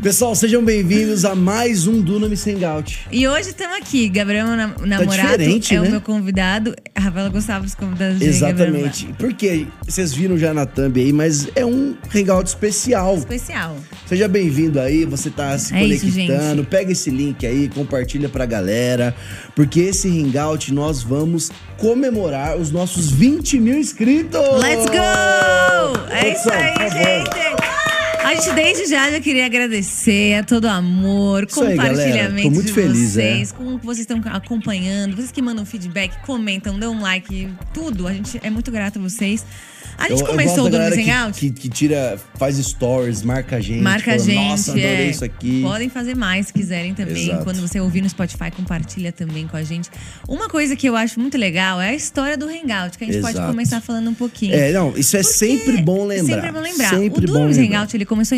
Pessoal, sejam bem-vindos a mais um Dunamis Hangout. E hoje estamos aqui, Gabriel, meu namorado, diferente, é né? o meu convidado. A Rafaela gostava dos convidados de Exatamente. Porque vocês viram já na thumb aí, mas é um Hangout especial. Especial. Seja bem-vindo aí, você tá se conectando. Isso, pega esse link aí, compartilha pra galera. Porque esse Hangout nós vamos comemorar os nossos 20 mil inscritos! Let's go! É isso aí, gente! A gente desde já queria agradecer a todo o amor, isso compartilhamento aí, tô muito de feliz, vocês, como vocês estão acompanhando, vocês que mandam feedback, comentam, dão um like, tudo. A gente é muito grato a vocês. A gente começou o Dunamis Hangout. Que tira, faz stories, marca a gente. Marca a gente. Nossa, adorei isso aqui. Podem fazer mais se quiserem também. Exato. Quando você ouvir no Spotify, compartilha também com a gente. Uma coisa que eu acho muito legal é a história do Hangout, que a gente pode começar falando um pouquinho. Isso é sempre bom lembrar. Sempre bom lembrar. Sempre o Dunamis Hangout, ele começou em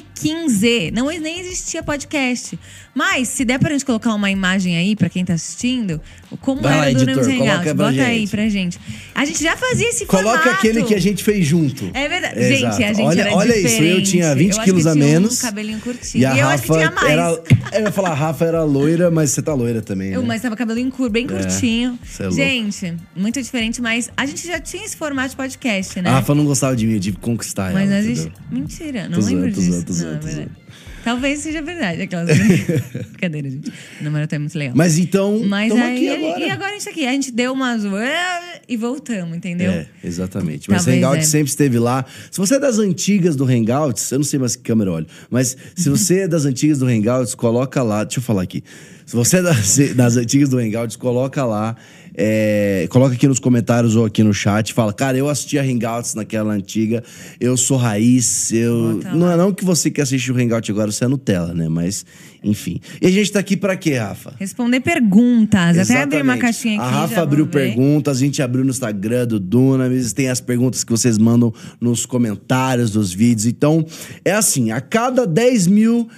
2015. Nem existia podcast. Mas, se der pra gente colocar uma imagem aí, pra quem tá assistindo, como era o Dunamis Hangout. Bota aí pra gente. A gente já fazia esse formato. Coloca aquele que a gente fez junto. É verdade. Exato. Gente, a gente era olha diferente. Isso, eu tinha 20 quilos a menos. Um cabelinho curtinho. E a Rafa acho que tinha mais. Eu ia falar, a Rafa era loira, mas você tá loira também, né? Mas tava cabelinho bem curtinho. É gente, muito diferente, mas a gente já tinha esse formato de podcast, né? A Rafa não gostava de mim, eu tive que conquistar mas ela. Mas mentira, não lembro disso. Tô zoando. Talvez seja verdade, aquelas brincadeira, gente. O namorado é muito legal. Mas então, aí, aqui agora. E agora a gente tá aqui. A gente deu uma zoeira e voltamos, entendeu? Exatamente. Mas o Hangout sempre esteve lá. Se você é das antigas do Hangouts, eu não sei mais que câmera eu olho, mas se você é das antigas do Hangouts, coloca lá. Deixa eu falar aqui. Se você é das antigas do Hangouts, coloca lá. Coloca aqui nos comentários ou aqui no chat. Fala, cara, eu assisti a Hangouts naquela antiga. Eu sou raiz. Não que você que assiste o Hangout agora, você é Nutella, né? Mas, enfim. E a gente tá aqui pra quê, Rafa? Responder perguntas. Exatamente. Até abrir uma caixinha aqui. A Rafa abriu perguntas, a gente abriu no Instagram do Dunamis. Tem as perguntas que vocês mandam nos comentários dos vídeos. Então, é assim, a cada 10 mil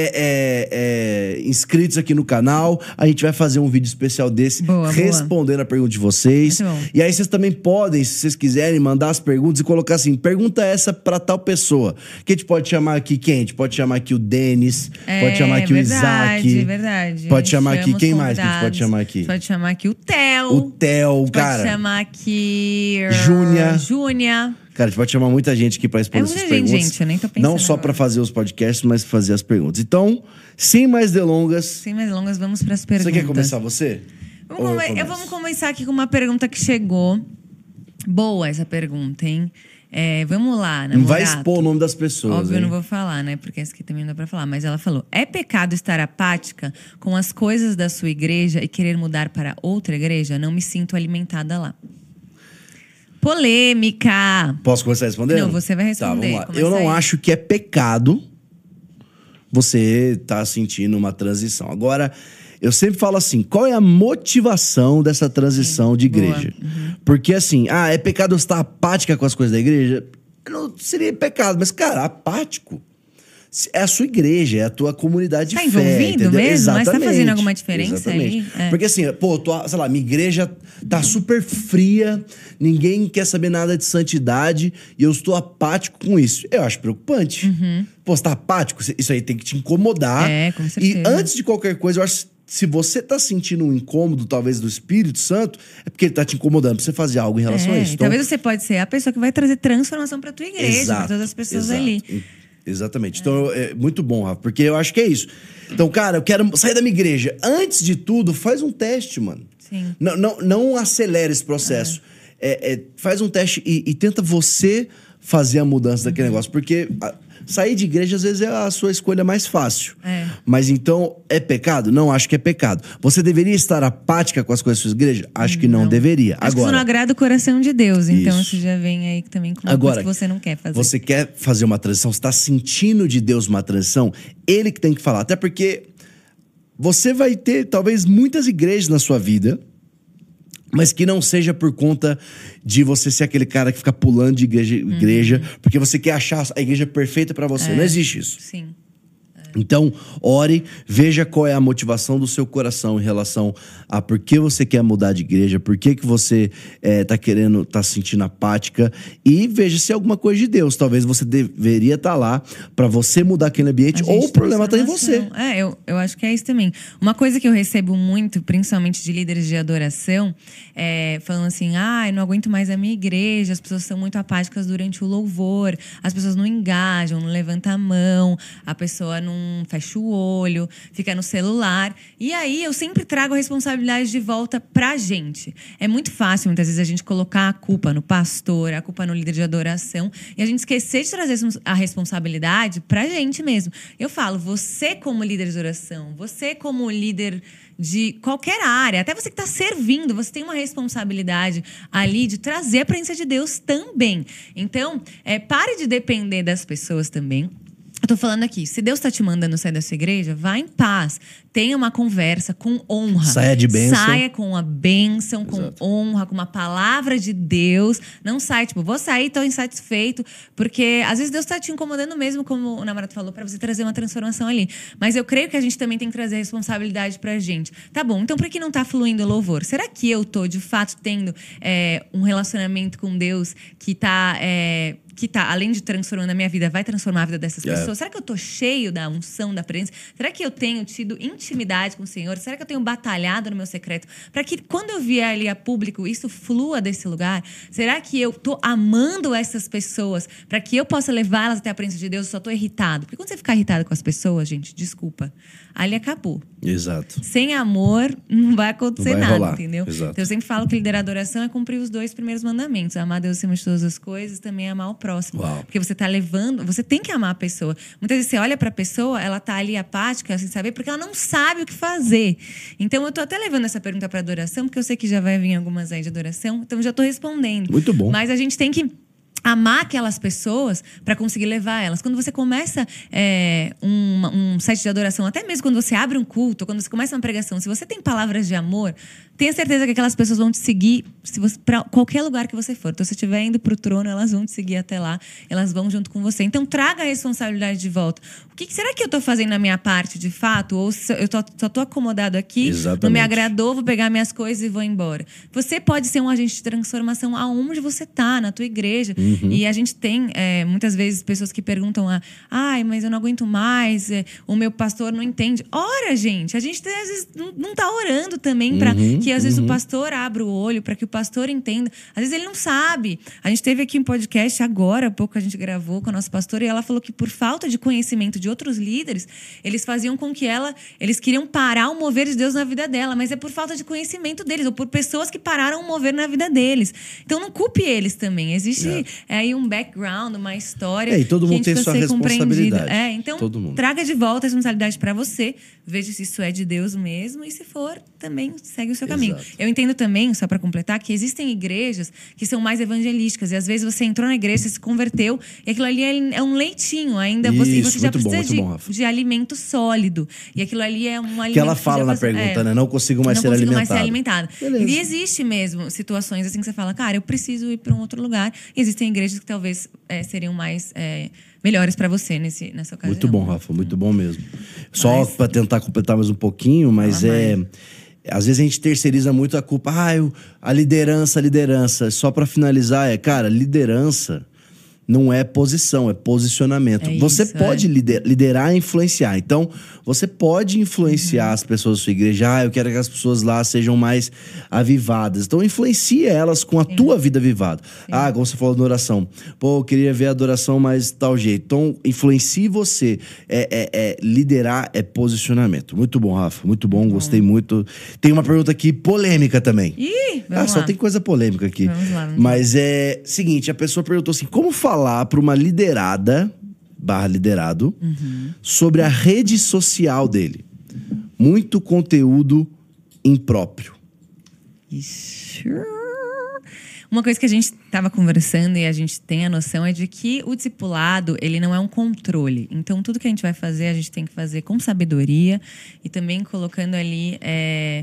inscritos aqui no canal, a gente vai fazer um vídeo especial desse, respondendo a pergunta de vocês. E aí vocês também podem, se vocês quiserem, mandar as perguntas e colocar assim, pergunta essa pra tal pessoa. Que a gente pode chamar aqui quem? A gente pode chamar aqui o Denis, pode chamar aqui o Isaac. Verdade. Pode chamar aqui, quem mais que a gente pode chamar aqui? Pode chamar aqui o Theo. O Theo, cara. Pode chamar aqui... Júnia. Cara, a gente pode chamar muita gente aqui pra responder essas perguntas. Gente, eu nem tô pensando não só pra fazer os podcasts, mas pra fazer as perguntas. Então, sem mais delongas... vamos pras perguntas. Você quer começar você? Vamos começar aqui com uma pergunta que chegou. Boa essa pergunta, hein? Vamos lá, namorado. Não vai expor o nome das pessoas, Óbvio, eu não vou falar, né? Porque essa aqui também não dá pra falar. Mas ela falou, é pecado estar apática com as coisas da sua igreja e querer mudar para outra igreja? Não me sinto alimentada lá. Polêmica. Posso começar respondendo? Não, você vai responder. Tá, vamos lá. Eu não acho que é pecado você tá sentindo uma transição. Agora, eu sempre falo assim, qual é a motivação dessa transição de igreja? Porque assim, é pecado eu estar apática com as coisas da igreja? Não seria pecado, mas cara, apático é a sua igreja, é a tua comunidade de fé. Tá envolvido entendeu? mesmo? Exatamente. Mas tá fazendo alguma diferença Exatamente. aí? Porque assim, sei lá, minha igreja tá super fria, ninguém quer saber nada de santidade e eu estou apático com isso. Eu acho preocupante. Você tá apático, isso aí tem que te incomodar. Com certeza. E antes de qualquer coisa, eu acho que se você tá sentindo um incômodo, talvez, do Espírito Santo, é porque ele tá te incomodando pra você fazer algo em relação a isso. Então, talvez você pode ser a pessoa que vai trazer transformação pra tua igreja, pra todas as pessoas ali. Exatamente. Então, é muito bom, Rafa, porque eu acho que é isso. Então, cara, eu quero sair da minha igreja. Antes de tudo, faz um teste, mano. Sim. Não acelera esse processo. Faz um teste e tenta você fazer a mudança daquele negócio. Porque sair de igreja, às vezes, é a sua escolha mais fácil. Mas então, é pecado? Não, acho que é pecado. Você deveria estar apática com as coisas da sua igreja? Acho que não deveria. Acho que isso não agrada o coração de Deus. Então, isso já vem aí também com uma coisa que você não quer fazer. Você quer fazer uma transição? Você está sentindo de Deus uma transição? Ele que tem que falar. Até porque você vai ter, talvez, muitas igrejas na sua vida, mas que não seja por conta de você ser aquele cara que fica pulando de igreja em igreja, porque você quer achar a igreja perfeita pra você. Não existe isso. Sim. Então, ore, veja qual é a motivação do seu coração em relação a por que você quer mudar de igreja, por que você tá sentindo apática, e veja se é alguma coisa de Deus. Talvez você deveria estar lá para você mudar aquele ambiente, ou o problema tá em você. Eu acho que é isso também. Uma coisa que eu recebo muito, principalmente de líderes de adoração, falando assim, eu não aguento mais a minha igreja, as pessoas são muito apáticas durante o louvor, as pessoas não engajam, não levantam a mão, a pessoa não fecha o olho, fica no celular. E aí eu sempre trago a responsabilidade de volta pra gente. É muito fácil, muitas vezes, a gente colocar a culpa no pastor, a culpa no líder de adoração, e a gente esquecer de trazer a responsabilidade pra gente mesmo. Eu falo, você como líder de adoração, você como líder de qualquer área, até você que está servindo, você tem uma responsabilidade ali de trazer a presença de Deus também. Então, pare de depender das pessoas também. Eu tô falando aqui, se Deus tá te mandando sair dessa igreja, vá em paz. Tenha uma conversa com honra. Saia de bênção. Saia com a bênção, com Exato. honra, com uma palavra de Deus. Não sai, vou sair, tô insatisfeito. Porque às vezes Deus tá te incomodando mesmo, como o namorado falou, pra você trazer uma transformação ali. Mas eu creio que a gente também tem que trazer responsabilidade pra gente. Tá bom, então por que não tá fluindo o louvor? Será que eu tô, de fato, tendo um relacionamento com Deus que tá, além de transformando a minha vida, vai transformar a vida dessas pessoas? Será que eu tô cheio da unção, da presença? Será que eu tenho tido intimidade com o Senhor? Será que eu tenho batalhado no meu secreto? Para que quando eu vier ali a público, isso flua desse lugar? Será que eu tô amando essas pessoas para que eu possa levá-las até a presença de Deus? Eu só tô irritado. Porque quando você ficar irritado com as pessoas, gente, desculpa, ali acabou. Exato. Sem amor, não vai acontecer não vai nada, rolar. entendeu? Exato. Então eu sempre falo que liderar a adoração é cumprir os 2 primeiros mandamentos. Amar Deus acima de todas as coisas, também amar o próximo. Uau. Porque você tá levando, você tem que amar a pessoa. Muitas vezes você olha pra pessoa, ela tá ali apática, sem saber, porque ela não sabe o que fazer. Então eu tô até levando essa pergunta pra adoração, porque eu sei que já vai vir algumas aí de adoração, então já tô respondendo. Muito bom. Mas a gente tem que amar aquelas pessoas para conseguir levar elas. Quando você começa um site de adoração, até mesmo quando você abre um culto, quando você começa uma pregação, se você tem palavras de amor, tenha certeza que aquelas pessoas vão te seguir para qualquer lugar que você for. Então, se você estiver indo pro trono, elas vão te seguir até lá, elas vão junto com você. Então, traga a responsabilidade de volta. Será que eu tô fazendo a minha parte de fato? Ou eu só tô acomodado aqui, Exatamente. Não me agradou, vou pegar minhas coisas e vou embora. Você pode ser um agente de transformação aonde você tá, na tua igreja. E a gente tem, muitas vezes, pessoas que perguntam mas eu não aguento mais, o meu pastor não entende. Ora, gente, a gente às vezes não tá orando também para que às vezes o pastor abra o olho, para que o pastor entenda. Às vezes ele não sabe. A gente teve aqui um podcast agora, há pouco a gente gravou com a nossa pastora, e ela falou que por falta de conhecimento de outros líderes, eles faziam com que eles queriam parar o mover de Deus na vida dela, mas é por falta de conhecimento deles, ou por pessoas que pararam o mover na vida deles. Então não culpe eles também. Existe aí um background, uma história. E todo mundo tem sua responsabilidade. Então traga de volta a responsabilidade para você, veja se isso é de Deus mesmo, e se for, também segue o seu caminho. Exato. Eu entendo também, só para completar, que existem igrejas que são mais evangelísticas, e às vezes você entrou na igreja, você se converteu, e aquilo ali é um leitinho ainda, você já precisa de alimento sólido, e aquilo ali é um alimento que ela fala na pergunta, né? Não consigo mais ser alimentado. E existe mesmo situações assim que você fala, cara, eu preciso ir para um outro lugar, e existem igrejas que talvez seriam mais melhores para você nessa ocasião. Muito bom, Rafa, muito bom mesmo. Só para tentar completar mais um pouquinho, mas às vezes a gente terceiriza muito a culpa. A liderança. Só para finalizar, cara, liderança não é posição, é posicionamento. Você pode liderar e influenciar. Então, você pode influenciar as pessoas da sua igreja. Eu quero que as pessoas lá sejam mais avivadas. Então, influencia elas com a tua vida avivada. Como você falou na oração. Eu queria ver a adoração mais tal jeito. Então, influencie você. Liderar é posicionamento. Muito bom, Rafa. Muito bom, gostei muito. Tem uma pergunta aqui polêmica também. Só tem coisa polêmica aqui. Vamos lá. Mas seguinte, a pessoa perguntou assim, como falar para uma liderada /liderado sobre a rede social dele? Muito conteúdo impróprio. Uma coisa que a gente estava conversando e a gente tem a noção é de que o discipulado, ele não é um controle. Então, tudo que a gente vai fazer, a gente tem que fazer com sabedoria e também colocando ali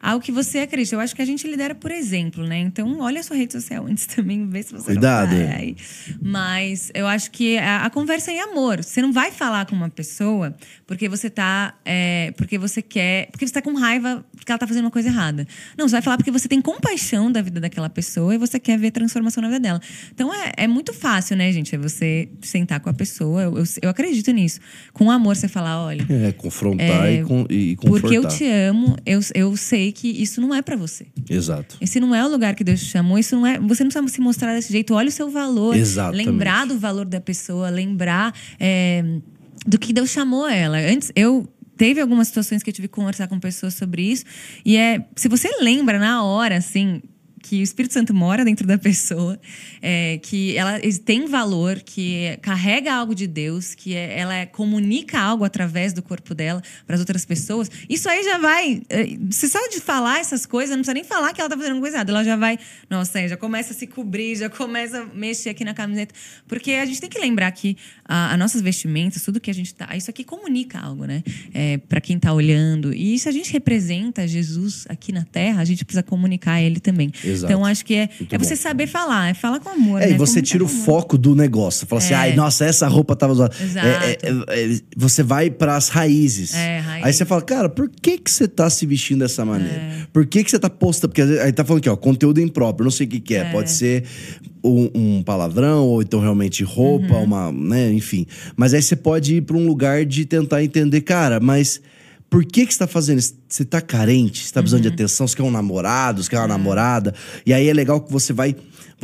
ao que você acredita. Eu acho que a gente lidera por exemplo, né? Então, olha a sua rede social antes também, vê se você Cuidado. Não vai aí. Mas eu acho que a conversa é em amor. Você não vai falar com uma pessoa porque você tá... porque você quer... Porque você tá com raiva porque ela tá fazendo uma coisa errada. Não, você vai falar porque você tem compaixão da vida daquela pessoa e você quer ver transformação na vida dela. Então, é muito fácil, né, gente? É você sentar com a pessoa. Eu acredito nisso. Com amor, você falar, olha... confrontar e confortar. Porque eu te amo, eu sei que isso não é pra você. Exato. Esse não é o lugar que Deus te chamou. Isso não é... Você não precisa se mostrar desse jeito. Olha o seu valor. Exatamente. Lembrar do valor da pessoa. Lembrar do que Deus chamou ela. Antes, teve algumas situações que eu tive que conversar com pessoas sobre isso. E se você lembra na hora, assim... que o Espírito Santo mora dentro da pessoa, que ela tem valor, que carrega algo de Deus, que ela comunica algo através do corpo dela para as outras pessoas. Isso aí já vai... Se só de falar essas coisas, não precisa nem falar que ela tá fazendo coisa errada. Ela já vai... Nossa, já começa a se cobrir, já começa a mexer aqui na camiseta. Porque a gente tem que lembrar que as nossas vestimentas, tudo que a gente tá... Isso aqui comunica algo, né? Para quem tá olhando. E se a gente representa Jesus aqui na Terra, a gente precisa comunicar ele também. Exato. Então, acho que você saber falar, falar com amor. Né? E você tira o foco do negócio. Fala assim, ai, nossa, essa roupa tava zoada. Você vai pras raízes. Aí você fala, cara, por que você tá se vestindo dessa maneira? Por que você tá postando? Porque aí tá falando aqui, ó, conteúdo impróprio, não sei o que é. Pode ser um palavrão, ou então realmente roupa, né, enfim. Mas aí você pode ir pra um lugar de tentar entender, cara, mas... Por que você tá fazendo isso? Você tá carente? Você tá precisando de atenção? Você quer um namorado? Você quer uma namorada? E aí é legal que você vai...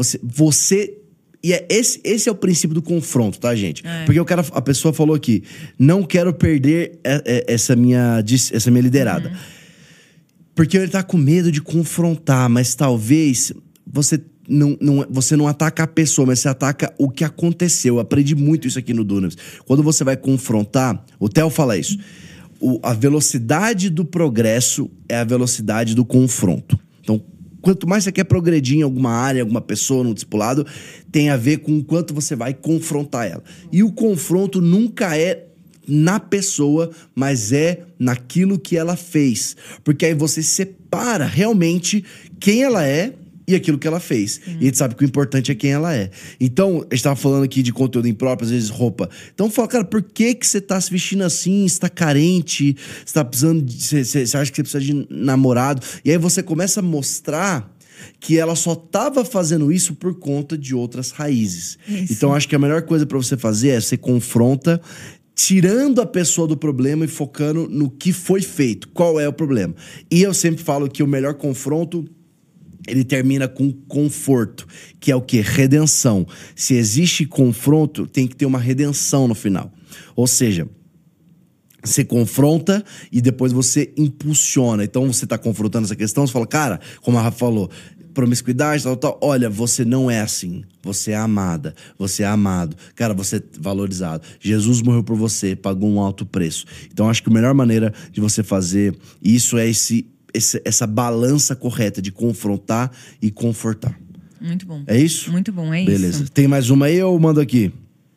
E esse é o princípio do confronto, tá, gente? Porque a pessoa falou aqui, não quero perder essa minha liderada. Porque ele tá com medo de confrontar, mas talvez você não ataca a pessoa, mas você ataca o que aconteceu. Eu aprendi muito isso aqui no Dunamis. Quando você vai confrontar, o Theo fala isso. A velocidade do progresso é a velocidade do confronto. Então, quanto mais você quer progredir em alguma área, alguma pessoa, num discipulado, tem a ver com o quanto você vai confrontar ela. E o confronto nunca é na pessoa, mas é naquilo que ela fez. Porque aí você separa realmente quem ela é e aquilo que ela fez. E a gente sabe que o importante é quem ela é. Então, a gente tava falando aqui de conteúdo impróprio, às vezes roupa. Então, fala, cara, por que você tá se vestindo assim? Você tá carente? Você tá precisando você acha que você precisa de namorado? E aí você começa a mostrar que ela só tava fazendo isso por conta de outras raízes. Isso. Então, acho que a melhor coisa pra você fazer é você confronta, tirando a pessoa do problema e focando no que foi feito. Qual é o problema? E eu sempre falo que o melhor confronto... ele termina com conforto, que é o quê? Redenção. Se existe confronto, tem que ter uma redenção no final. Ou seja, você confronta e depois você impulsiona. Então, você tá confrontando essa questão, você fala, cara, como a Rafa falou, promiscuidade, tal. Olha, você não é assim. Você é amada, você é amado. Cara, você é valorizado. Jesus morreu por você, pagou um alto preço. Então, acho que a melhor maneira de você fazer isso é essa balança correta de confrontar e confortar. Muito bom. É isso? Muito bom, é Beleza. isso. Tem mais uma aí ou eu mando aqui?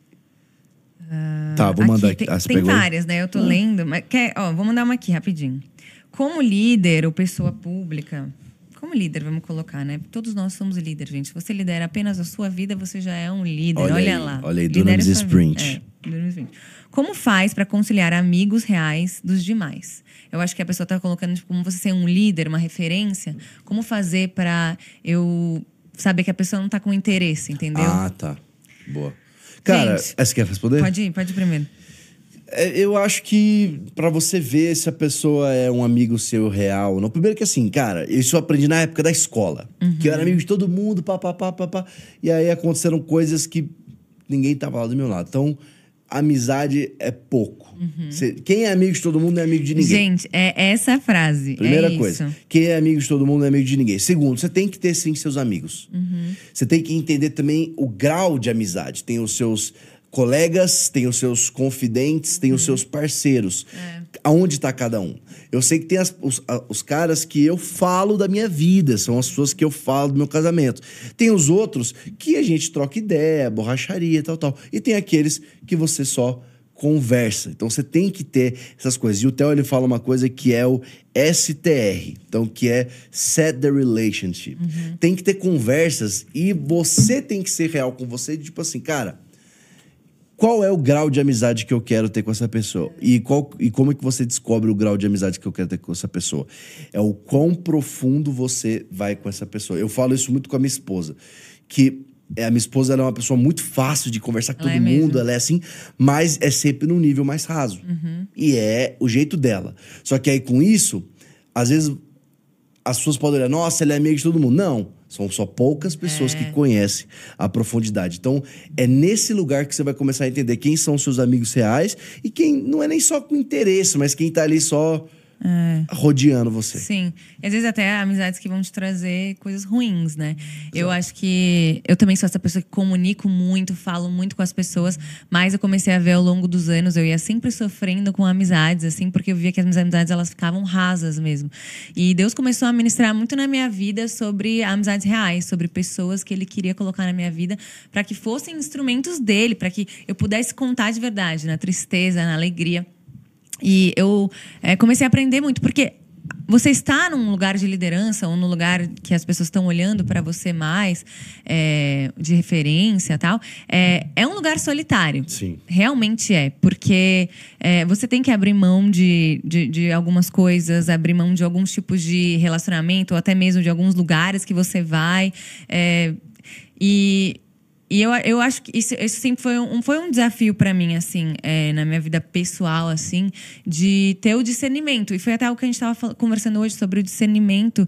Tá, vou mandar aqui. Tem várias, né? Eu tô lendo. Mas vou mandar uma aqui, rapidinho. Como líder ou pessoa pública... Como líder, vamos colocar, né? Todos nós somos líderes, gente. Se você lidera apenas a sua vida, você já é um líder. Olha lá. Olha aí, Dunamis Sprint. Como faz para conciliar amigos reais dos demais? Eu acho que a pessoa tá colocando, tipo, como você ser um líder, uma referência. Como fazer para eu saber que a pessoa não tá com interesse, entendeu? Ah, tá. Boa. Cara, você quer responder? Pode ir primeiro. Eu acho que pra você ver se a pessoa é um amigo seu real ou não. Primeiro que assim, cara, isso eu aprendi na época da escola. Que eu era amigo de todo mundo, pá. E aí aconteceram coisas que ninguém tava lá do meu lado. Então, amizade é pouco. Quem é amigo de todo mundo não é amigo de ninguém. Gente, é essa a frase. Primeira coisa. Quem é amigo de todo mundo não é amigo de ninguém. Segundo, você tem que ter sim seus amigos. Você tem que entender também o grau de amizade. Tem os seus colegas, tem os seus confidentes, tem os seus parceiros. Aonde tá cada um? Eu sei que tem os caras que eu falo da minha vida, são as pessoas que eu falo do meu casamento. Tem os outros que a gente troca ideia, borracharia, tal. E tem aqueles que você só conversa. Então você tem que ter essas coisas. E o Theo, ele fala uma coisa que é o STR. Então, que é Set the Relationship. Tem que ter conversas e você tem que ser real com você. Tipo assim, cara, qual é o grau de amizade que eu quero ter com essa pessoa? E como é que você descobre o grau de amizade que eu quero ter com essa pessoa? É o quão profundo você vai com essa pessoa. Eu falo isso muito com a minha esposa. Que a minha esposa, ela é uma pessoa muito fácil de conversar com todo mundo. Mesmo. Ela é assim, mas é sempre num nível mais raso. E é o jeito dela. Só que aí com isso, às vezes as pessoas podem olhar, nossa, ela é amiga de todo mundo. Não. São só poucas pessoas que conhecem a profundidade. Então, é nesse lugar que você vai começar a entender quem são os seus amigos reais e quem não é nem só com interesse, mas quem tá ali só rodeando você. Sim. E às vezes até amizades que vão te trazer coisas ruins, né? Exato. Eu acho que... Eu também sou essa pessoa que comunico muito, falo muito com as pessoas, mas eu comecei a ver ao longo dos anos, eu ia sempre sofrendo com amizades, assim, porque eu via que as minhas amizades, elas ficavam rasas mesmo. E Deus começou a ministrar muito na minha vida sobre amizades reais, sobre pessoas que Ele queria colocar na minha vida para que fossem instrumentos dEle, para que eu pudesse contar de verdade, na tristeza, na alegria. E eu comecei a aprender muito, porque você está num lugar de liderança ou num lugar que as pessoas estão olhando para você mais, de referência e tal, é um lugar solitário. Sim. Realmente é, porque você tem que abrir mão de algumas coisas, abrir mão de alguns tipos de relacionamento, ou até mesmo de alguns lugares que você vai. E eu acho que isso sempre foi um desafio para mim, assim, na minha vida pessoal, assim, de ter o discernimento. E foi até o que a gente estava conversando hoje sobre o discernimento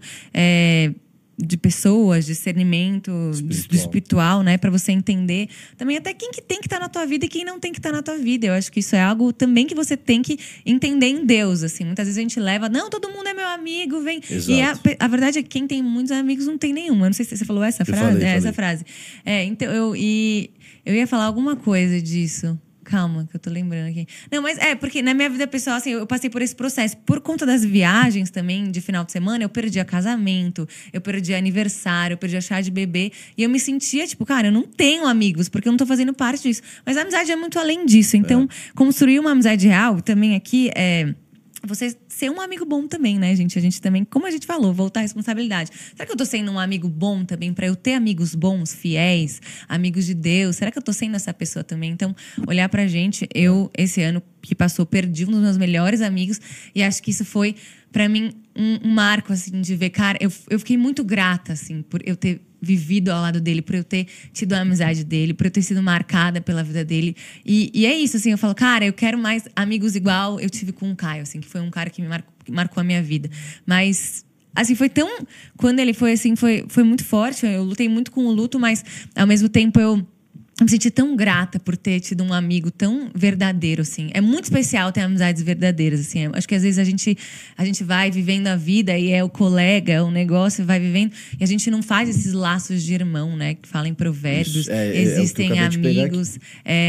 de pessoas, discernimento espiritual, né? Para você entender também até quem que tem que estar na tua vida e quem não tem que estar na tua vida. Eu acho que isso é algo também que você tem que entender em Deus, assim. Muitas vezes a gente leva, não, todo mundo é meu amigo, vem. Exato. E a verdade é que quem tem muitos amigos não tem nenhum. Eu não sei se você falou essa frase. Falei. Essa frase. Então, eu ia falar alguma coisa disso. Calma, que eu tô lembrando aqui. Não, mas porque na minha vida pessoal, assim, eu passei por esse processo. Por conta das viagens também, de final de semana, eu perdia casamento, eu perdia aniversário, eu perdia chá de bebê. E eu me sentia, tipo, cara, eu não tenho amigos, porque eu não tô fazendo parte disso. Mas a amizade é muito além disso. Então, construir uma amizade real, também aqui, você ser um amigo bom também, né, gente? A gente também, como a gente falou, voltar à responsabilidade. Será que eu tô sendo um amigo bom também para eu ter amigos bons, fiéis, amigos de Deus? Será que eu tô sendo essa pessoa também? Então, olhar pra gente, esse ano que passou, perdi um dos meus melhores amigos e acho que isso foi, pra mim, um marco, assim, de ver, cara, eu fiquei muito grata, assim, por eu ter vivido ao lado dele, por eu ter tido a amizade dele, por eu ter sido marcada pela vida dele. E é isso, assim, eu falo, cara, eu quero mais amigos igual eu tive com o Caio, assim, que foi um cara que me marcou a minha vida. Mas, assim, foi tão... Quando ele foi, assim, foi muito forte, eu lutei muito com o luto, mas, ao mesmo tempo, eu me senti tão grata por ter tido um amigo tão verdadeiro, assim. É muito especial ter amizades verdadeiras, assim. Acho que às vezes a gente vai vivendo a vida e é o colega, é o negócio, vai vivendo. E a gente não faz esses laços de irmão, né? Que fala em provérbios. Existem amigos,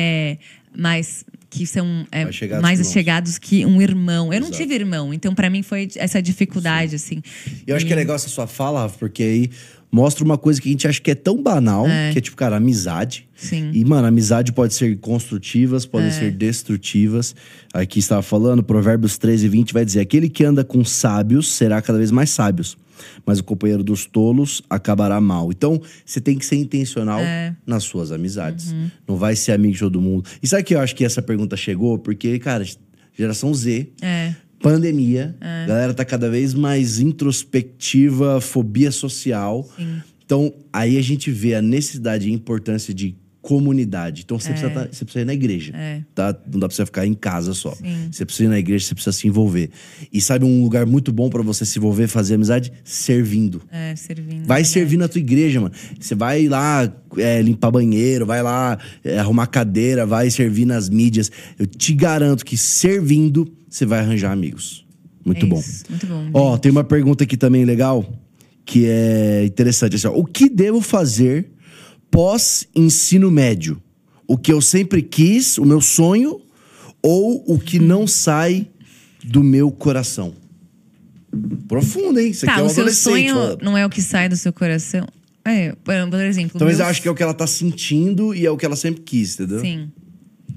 mas que são mais chegados que um irmão. Eu não tive irmão, então pra mim foi essa dificuldade, assim. Eu acho que é legal essa sua fala, Rafa, porque aí mostra uma coisa que a gente acha que é tão banal, que é tipo, cara, amizade. Sim. E, mano, amizade pode ser construtivas, podem ser destrutivas. Aqui estava falando, Provérbios 13:20 vai dizer: aquele que anda com sábios será cada vez mais sábios, mas o companheiro dos tolos acabará mal. Então, você tem que ser intencional nas suas amizades. Não vai ser amigo de todo mundo. E sabe que eu acho que essa pergunta chegou? Porque, cara, geração Z... pandemia, a galera tá cada vez mais introspectiva, fobia social. Sim. Então, aí a gente vê a necessidade e a importância de comunidade. Então, você precisa ir na igreja, tá? Não dá pra você ficar em casa só. Sim. Você precisa ir na igreja, você precisa se envolver. E sabe um lugar muito bom pra você se envolver, fazer amizade? Servindo. Servindo. Vai servir na tua igreja, mano. Você vai lá limpar banheiro, vai lá arrumar cadeira, vai servir nas mídias. Eu te garanto que servindo, você vai arranjar amigos. Muito bom. Muito bom. Ó, tem uma pergunta aqui também legal, que é interessante. Assim, ó, o que devo fazer pós-ensino médio? O que eu sempre quis, o meu sonho, ou o que não sai do meu coração? Profundo, hein? Isso aqui é um o seu adolescente, sonho não é o que sai do seu coração? Por exemplo... Talvez eu acho que é o que ela tá sentindo e é o que ela sempre quis, entendeu? Sim.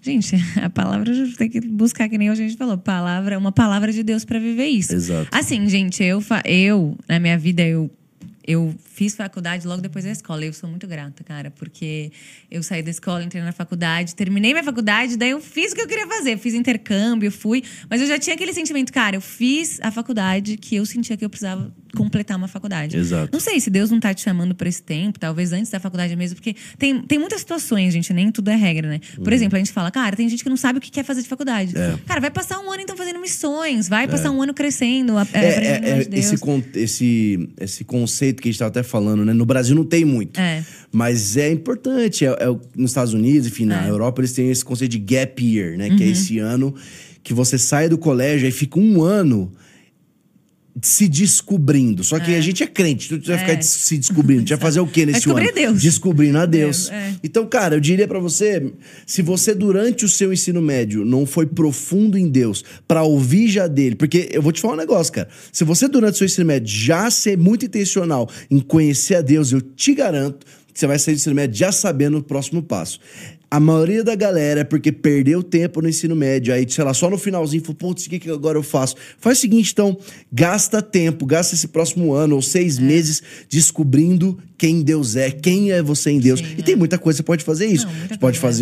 Gente, a palavra tem que buscar, que nem a gente falou. Uma palavra de Deus pra viver isso. Exato. Assim, gente, eu na minha vida, eu fiz faculdade logo depois da escola. Eu sou muito grata, cara, porque eu saí da escola, entrei na faculdade, terminei minha faculdade, daí eu fiz o que eu queria fazer. Eu fiz intercâmbio, fui. Mas eu já tinha aquele sentimento, cara, eu fiz a faculdade que eu sentia que eu precisava completar uma faculdade. Exato. Não sei se Deus não tá te chamando pra esse tempo, talvez antes da faculdade mesmo, porque tem muitas situações, gente, nem tudo é regra, né? Por exemplo, a gente fala, cara, tem gente que não sabe o que quer fazer de faculdade. Cara, vai passar um ano então fazendo missões, vai passar um ano crescendo, aprendendo de Deus. Esse conceito que a gente tava até falando, né? No Brasil não tem muito. Mas é importante. Nos Estados Unidos, enfim, na Europa, eles têm esse conceito de gap year, né? Que é esse ano que você sai do colégio e fica um ano se descobrindo. Só que a gente é crente, tu vai ficar se descobrindo. Tu vai fazer o quê nesse ano? Deus. Descobrindo a Deus. Então, cara, eu diria pra você, se você durante o seu ensino médio não foi profundo em Deus pra ouvir já dele, porque eu vou te falar um negócio, cara. Se você durante o seu ensino médio já ser muito intencional em conhecer a Deus, eu te garanto que você vai sair do ensino médio já sabendo o próximo passo. A maioria da galera é porque perdeu tempo no ensino médio. Aí, sei lá, só no finalzinho, falou, putz, o que agora eu faço? Faz o seguinte, então, gasta tempo, gasta esse próximo ano ou 6 meses descobrindo quem Deus é, quem é você em Deus. E tem muita coisa que você pode fazer isso. Você pode fazer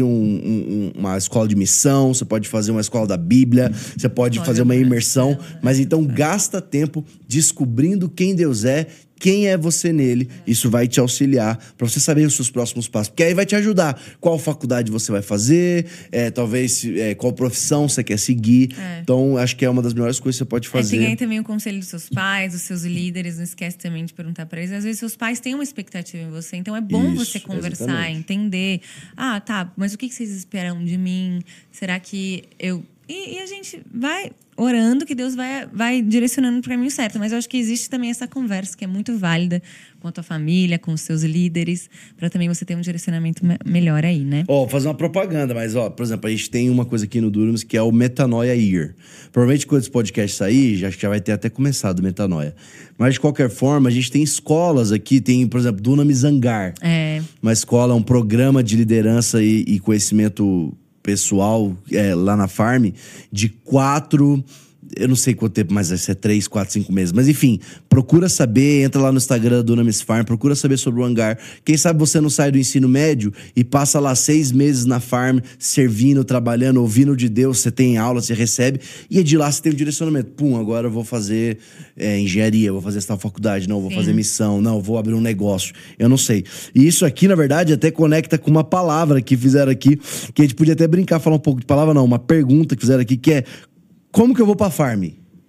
uma escola de missão, você pode fazer uma escola da Bíblia, você pode fazer uma imersão. Mas então, gasta tempo descobrindo quem Deus é, quem é você nele. Isso vai te auxiliar pra você saber os seus próximos passos. Porque aí vai te ajudar. Qual faculdade você vai fazer, talvez qual profissão você quer seguir. Então, acho que é uma das melhores coisas que você pode fazer. Tem aí também o conselho dos seus pais, dos seus líderes. Não esquece também de perguntar pra eles. Às vezes, seus pais têm uma expectativa em você. Então, é bom você conversar, entender. Ah, tá, mas o que vocês esperam de mim? Será que eu... E a gente vai orando que Deus vai direcionando para o caminho certo. Mas eu acho que existe também essa conversa que é muito válida com a tua família, com os seus líderes, para também você ter um direcionamento melhor aí, né? Vou fazer uma propaganda, mas, por exemplo, a gente tem uma coisa aqui no Dunamis que é o Metanoia Year. Provavelmente quando esse podcast sair, já vai ter até começado o Metanoia. Mas, de qualquer forma, a gente tem escolas aqui, tem, por exemplo, Dunamis Hangar. Uma escola, um programa de liderança e conhecimento pessoal lá na Farm, de 4... Eu não sei quanto tempo, mas vai ser 3, 4, 5 meses. Mas enfim, procura saber, entra lá no Instagram da Dunamis Farm, procura saber sobre o hangar. Quem sabe você não sai do ensino médio e passa lá 6 meses na Farm, servindo, trabalhando, ouvindo de Deus, você tem aula, você recebe, e de lá você tem um direcionamento. Pum, agora eu vou fazer engenharia, vou fazer essa faculdade, não, vou fazer missão, não, vou abrir um negócio. Eu não sei. E isso aqui, na verdade, até conecta com uma palavra que fizeram aqui, que a gente podia até brincar, falar um pouco de palavra, não, uma pergunta que fizeram aqui, que é: como que eu vou pra Farm?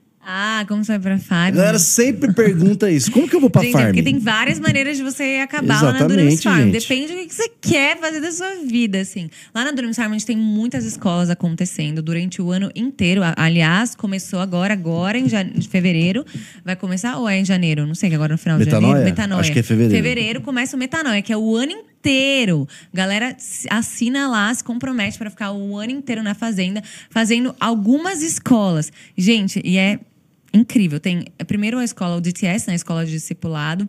Como você vai pra Farm? A galera sempre pergunta isso. Como que eu vou pra Farm? Porque tem várias maneiras de você acabar lá na Dunamis Farm. Depende do que você quer fazer da sua vida, assim. Lá na Dunamis Farm a gente tem muitas escolas acontecendo durante o ano inteiro. Aliás, começou agora em fevereiro. Vai começar ou é em janeiro? Não sei, que agora no final de janeiro. Metanoia. Acho que é fevereiro. Fevereiro começa o Metanoia, que é o ano inteiro. Galera assina lá, se compromete pra ficar o ano inteiro na fazenda, fazendo algumas escolas. Gente, e é incrível. Tem primeiro a escola, o DTS, né? A escola de discipulado.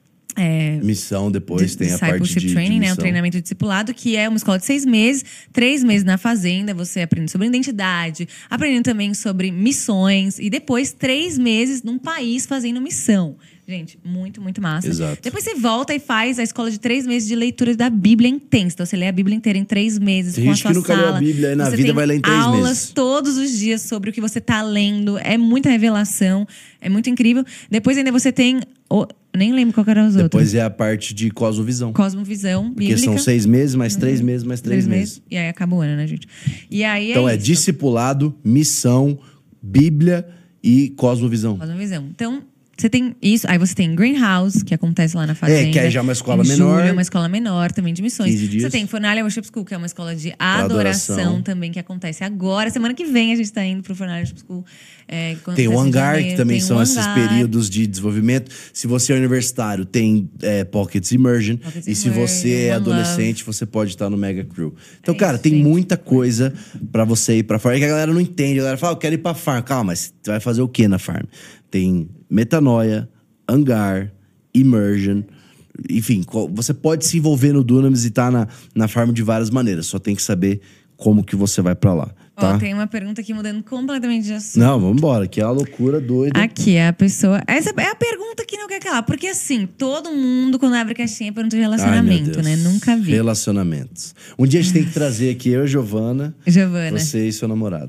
Missão, depois tem a parte de training, missão. né? O treinamento de discipulado, que é uma escola de 6 meses, 3 meses na fazenda, você aprende sobre identidade, aprendendo também sobre missões, e depois 3 meses num país fazendo missão. Gente, muito, muito massa. Exato. Depois você volta e faz a escola de 3 meses de leitura da Bíblia intensa. Então você lê a Bíblia inteira em 3 meses, tem com a gente sua que nunca leu a Bíblia aí na vida, vai ler em 3 meses. Aulas todos os dias sobre o que você tá lendo. É muita revelação, é muito incrível. Depois ainda você tem... nem lembro qual eram os outros. Depois é a parte de cosmovisão. Cosmovisão bíblica. Porque são 6 meses, mais 3 meses, mais 3 meses. E aí acaba o ano, né, gente? E aí então isso. Discipulado, missão, Bíblia e cosmovisão. Cosmovisão. Então, você tem isso. Aí você tem Greenhouse, que acontece lá na fazenda. Que aí já é uma escola em menor. Julho, é uma escola menor também de missões. 15 dias. Você tem Fornalha Worship School, que é uma escola de adoração também, que acontece agora. Semana que vem a gente tá indo pro Fornalha Worship School. Tem o hangar, que também são esses períodos de desenvolvimento. Se você é universitário, tem Pockets Immersion. E se você é adolescente, você pode estar no Mega Crew. Então, cara, tem muita coisa pra você ir pra Farm. É que a galera não entende. A galera fala, eu quero ir pra Farm. Calma, mas você vai fazer o que na Farm? Tem Metanoia, hangar, immersion, enfim, você pode se envolver no Dunamis e estar na Farm de várias maneiras, só tem que saber como que você vai pra lá. Tá? Ó, tem uma pergunta aqui mudando completamente de assunto. Não, vamos embora, que é uma loucura doida. Aqui, a pessoa... Essa é a pergunta que não quer calar. Porque assim, todo mundo, quando abre caixinha, pergunta de relacionamento, né? Nunca vi. Relacionamentos. Um dia a gente tem que trazer aqui eu e Giovana. Você e seu namorado.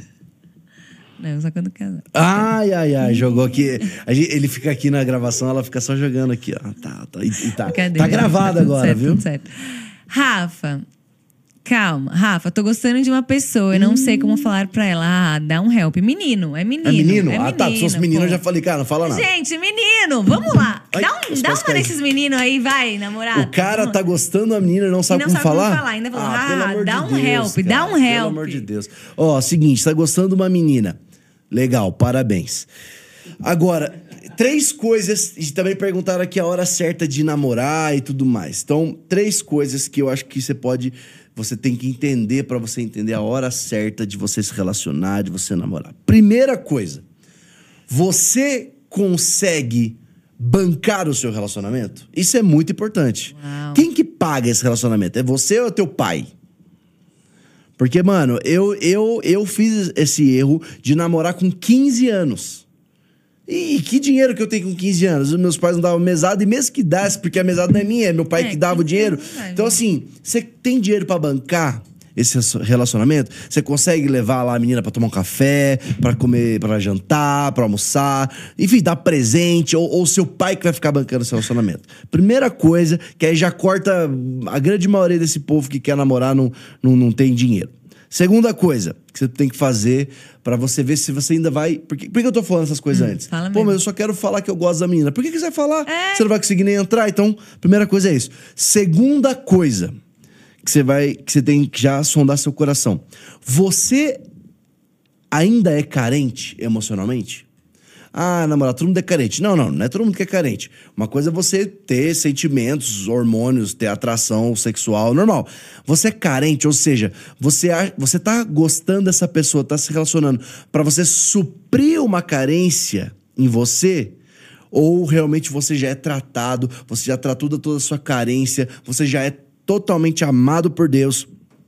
Não, só quando casar. Ai, jogou aqui. Ele fica aqui na gravação, ela fica só jogando aqui, ó. Tá gravado agora, certo, viu? Tudo certo. Rafa... Calma, Rafa, tô gostando de uma pessoa, eu não sei como falar pra ela. Dá um help. Menino, é menino. É menino? Tá, se fosse menino eu já falei, cara, não fala nada. Gente, menino, vamos lá. Dá uma desses meninos aí, vai, namorado. O cara tá gostando da menina e não sabe como falar? Ainda falou, dá um help, dá um help. Pelo amor de Deus. Ó, seguinte, tá gostando de uma menina. Legal, parabéns. Agora, 3 coisas, e também perguntaram aqui a hora certa de namorar e tudo mais. Então, 3 coisas que eu acho que você tem que entender pra você entender a hora certa de você se relacionar, de você namorar. Primeira coisa, você consegue bancar o seu relacionamento? Isso é muito importante. Uau. Quem que paga esse relacionamento? É você ou é teu pai? Porque, mano, eu fiz esse erro de namorar com 15 anos. E que dinheiro que eu tenho com 15 anos? Os meus pais não davam mesada, e mesmo que desse, porque a mesada não é minha, é meu pai que dava o dinheiro. Então, assim, você tem dinheiro pra bancar esse relacionamento? Você consegue levar lá a menina pra tomar um café, pra comer, pra jantar, pra almoçar, enfim, dar presente, ou seu pai que vai ficar bancando esse relacionamento. Primeira coisa, que aí já corta a grande maioria desse povo que quer namorar, não tem dinheiro. Segunda coisa que você tem que fazer pra você ver se você ainda vai... Por que eu tô falando essas coisas antes? Fala Pô, mesmo. mas eu só quero falar que eu gosto da menina. Por que você vai falar? Você não vai conseguir nem entrar? Então, primeira coisa é isso. Segunda coisa que você tem que já sondar seu coração. Você ainda é carente emocionalmente? Ah, namorado, todo mundo é carente. Não é todo mundo que é carente. Uma coisa é você ter sentimentos, hormônios, ter atração sexual, normal. Você é carente, ou seja, você tá gostando dessa pessoa, tá se relacionando pra você suprir uma carência em você, ou realmente você já é tratado, você já tratou toda a sua carência, você já é totalmente amado por Deus,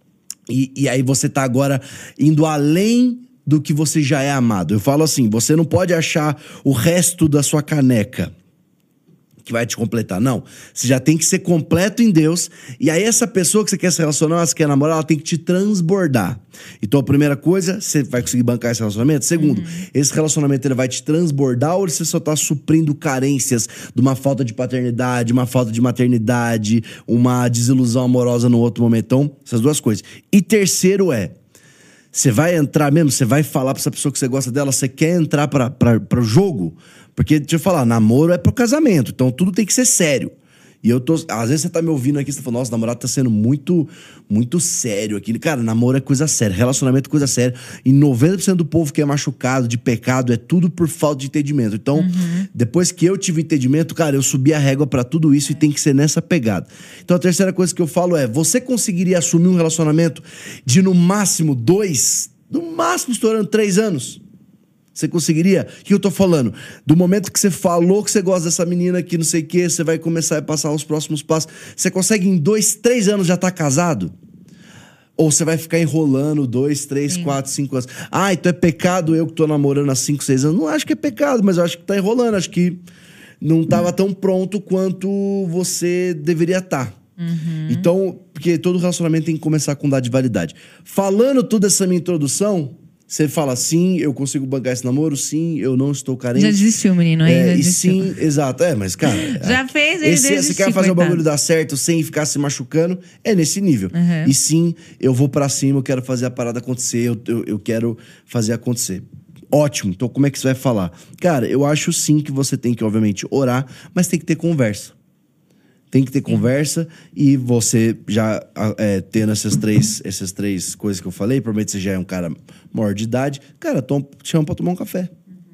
e aí você tá agora indo além do que você já é amado. Eu falo assim, você não pode achar o resto da sua caneca que vai te completar, não. Você já tem que ser completo em Deus, e aí essa pessoa que você quer se relacionar, você quer namorar, ela tem que te transbordar. Então a primeira coisa, você vai conseguir bancar esse relacionamento? Segundo, esse relacionamento ele vai te transbordar, ou você só tá suprindo carências de uma falta de paternidade, uma falta de maternidade, uma desilusão amorosa no outro momento? Então, essas 2 coisas. E terceiro você vai entrar mesmo? Você vai falar pra essa pessoa que você gosta dela? Você quer entrar pro jogo? Porque, deixa eu falar, namoro é pro casamento. Então, tudo tem que ser sério. E às vezes você tá me ouvindo aqui, você tá falando, nossa, o namorado tá sendo muito, muito sério aqui. Cara, namoro é coisa séria, relacionamento é coisa séria. E 90% do povo que é machucado de pecado é tudo por falta de entendimento. Então, depois que eu tive entendimento, cara, eu subi a régua pra tudo isso e tem que ser nessa pegada. Então, a terceira coisa que eu falo é, você conseguiria assumir um relacionamento de no máximo 2, no máximo estourando 3 anos? Você conseguiria? O que eu tô falando? Do momento que você falou que você gosta dessa menina que não sei o que, você vai começar a passar os próximos passos. Você consegue em 2, 3 anos já estar casado? Ou você vai ficar enrolando 2, 3, 4, 5 anos? Ah, então é pecado eu que tô namorando há 5, 6 anos? Não acho que é pecado, mas eu acho que tá enrolando. Acho que não tava tão pronto quanto você deveria estar. Então, porque todo relacionamento tem que começar com data de validade. Falando toda essa minha introdução... Você fala, sim, eu consigo bancar esse namoro, sim, eu não estou carente. Já desistiu, menino, aí já desistiu. E sim, exato, mas cara... já fez, ele desistiu, você quer fazer o bagulho dar certo sem ficar se machucando, é nesse nível. E sim, eu vou pra cima, eu quero fazer a parada acontecer, eu quero fazer acontecer. Ótimo, então como é que você vai falar? Cara, eu acho sim que você tem que, obviamente, orar, mas tem que ter conversa. Tem que ter conversa, e você já tendo essas três coisas que eu falei, provavelmente você já é um cara maior de idade, cara, chama pra tomar um café.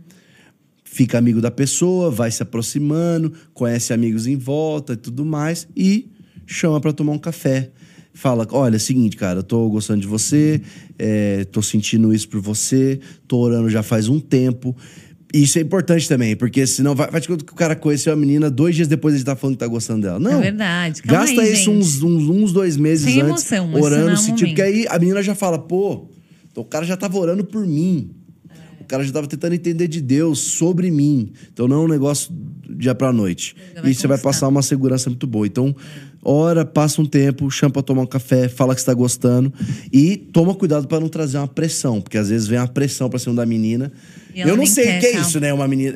Fica amigo da pessoa, vai se aproximando, conhece amigos em volta e tudo mais, e chama pra tomar um café. Fala, olha, é o seguinte, cara, eu tô gostando de você, tô sentindo isso por você, tô orando já faz um tempo, Isso é importante também, porque senão vai de conta que o cara conheceu a menina 2 dias depois de estar falando que tá gostando dela. Não. É verdade. Calma gasta aí, isso uns 2 meses sem antes, emoção, orando, sentindo. Porque aí a menina já fala, pô, então o cara já tava orando por mim. O cara já tava tentando entender de Deus sobre mim. Então não é um negócio do dia pra noite. E você vai passar uma segurança muito boa. Então, ora, passa um tempo, chama pra tomar um café, fala que você tá gostando. E toma cuidado pra não trazer uma pressão. Porque às vezes vem uma pressão pra cima da menina. Eu não sei o que é isso, né? Uma menina...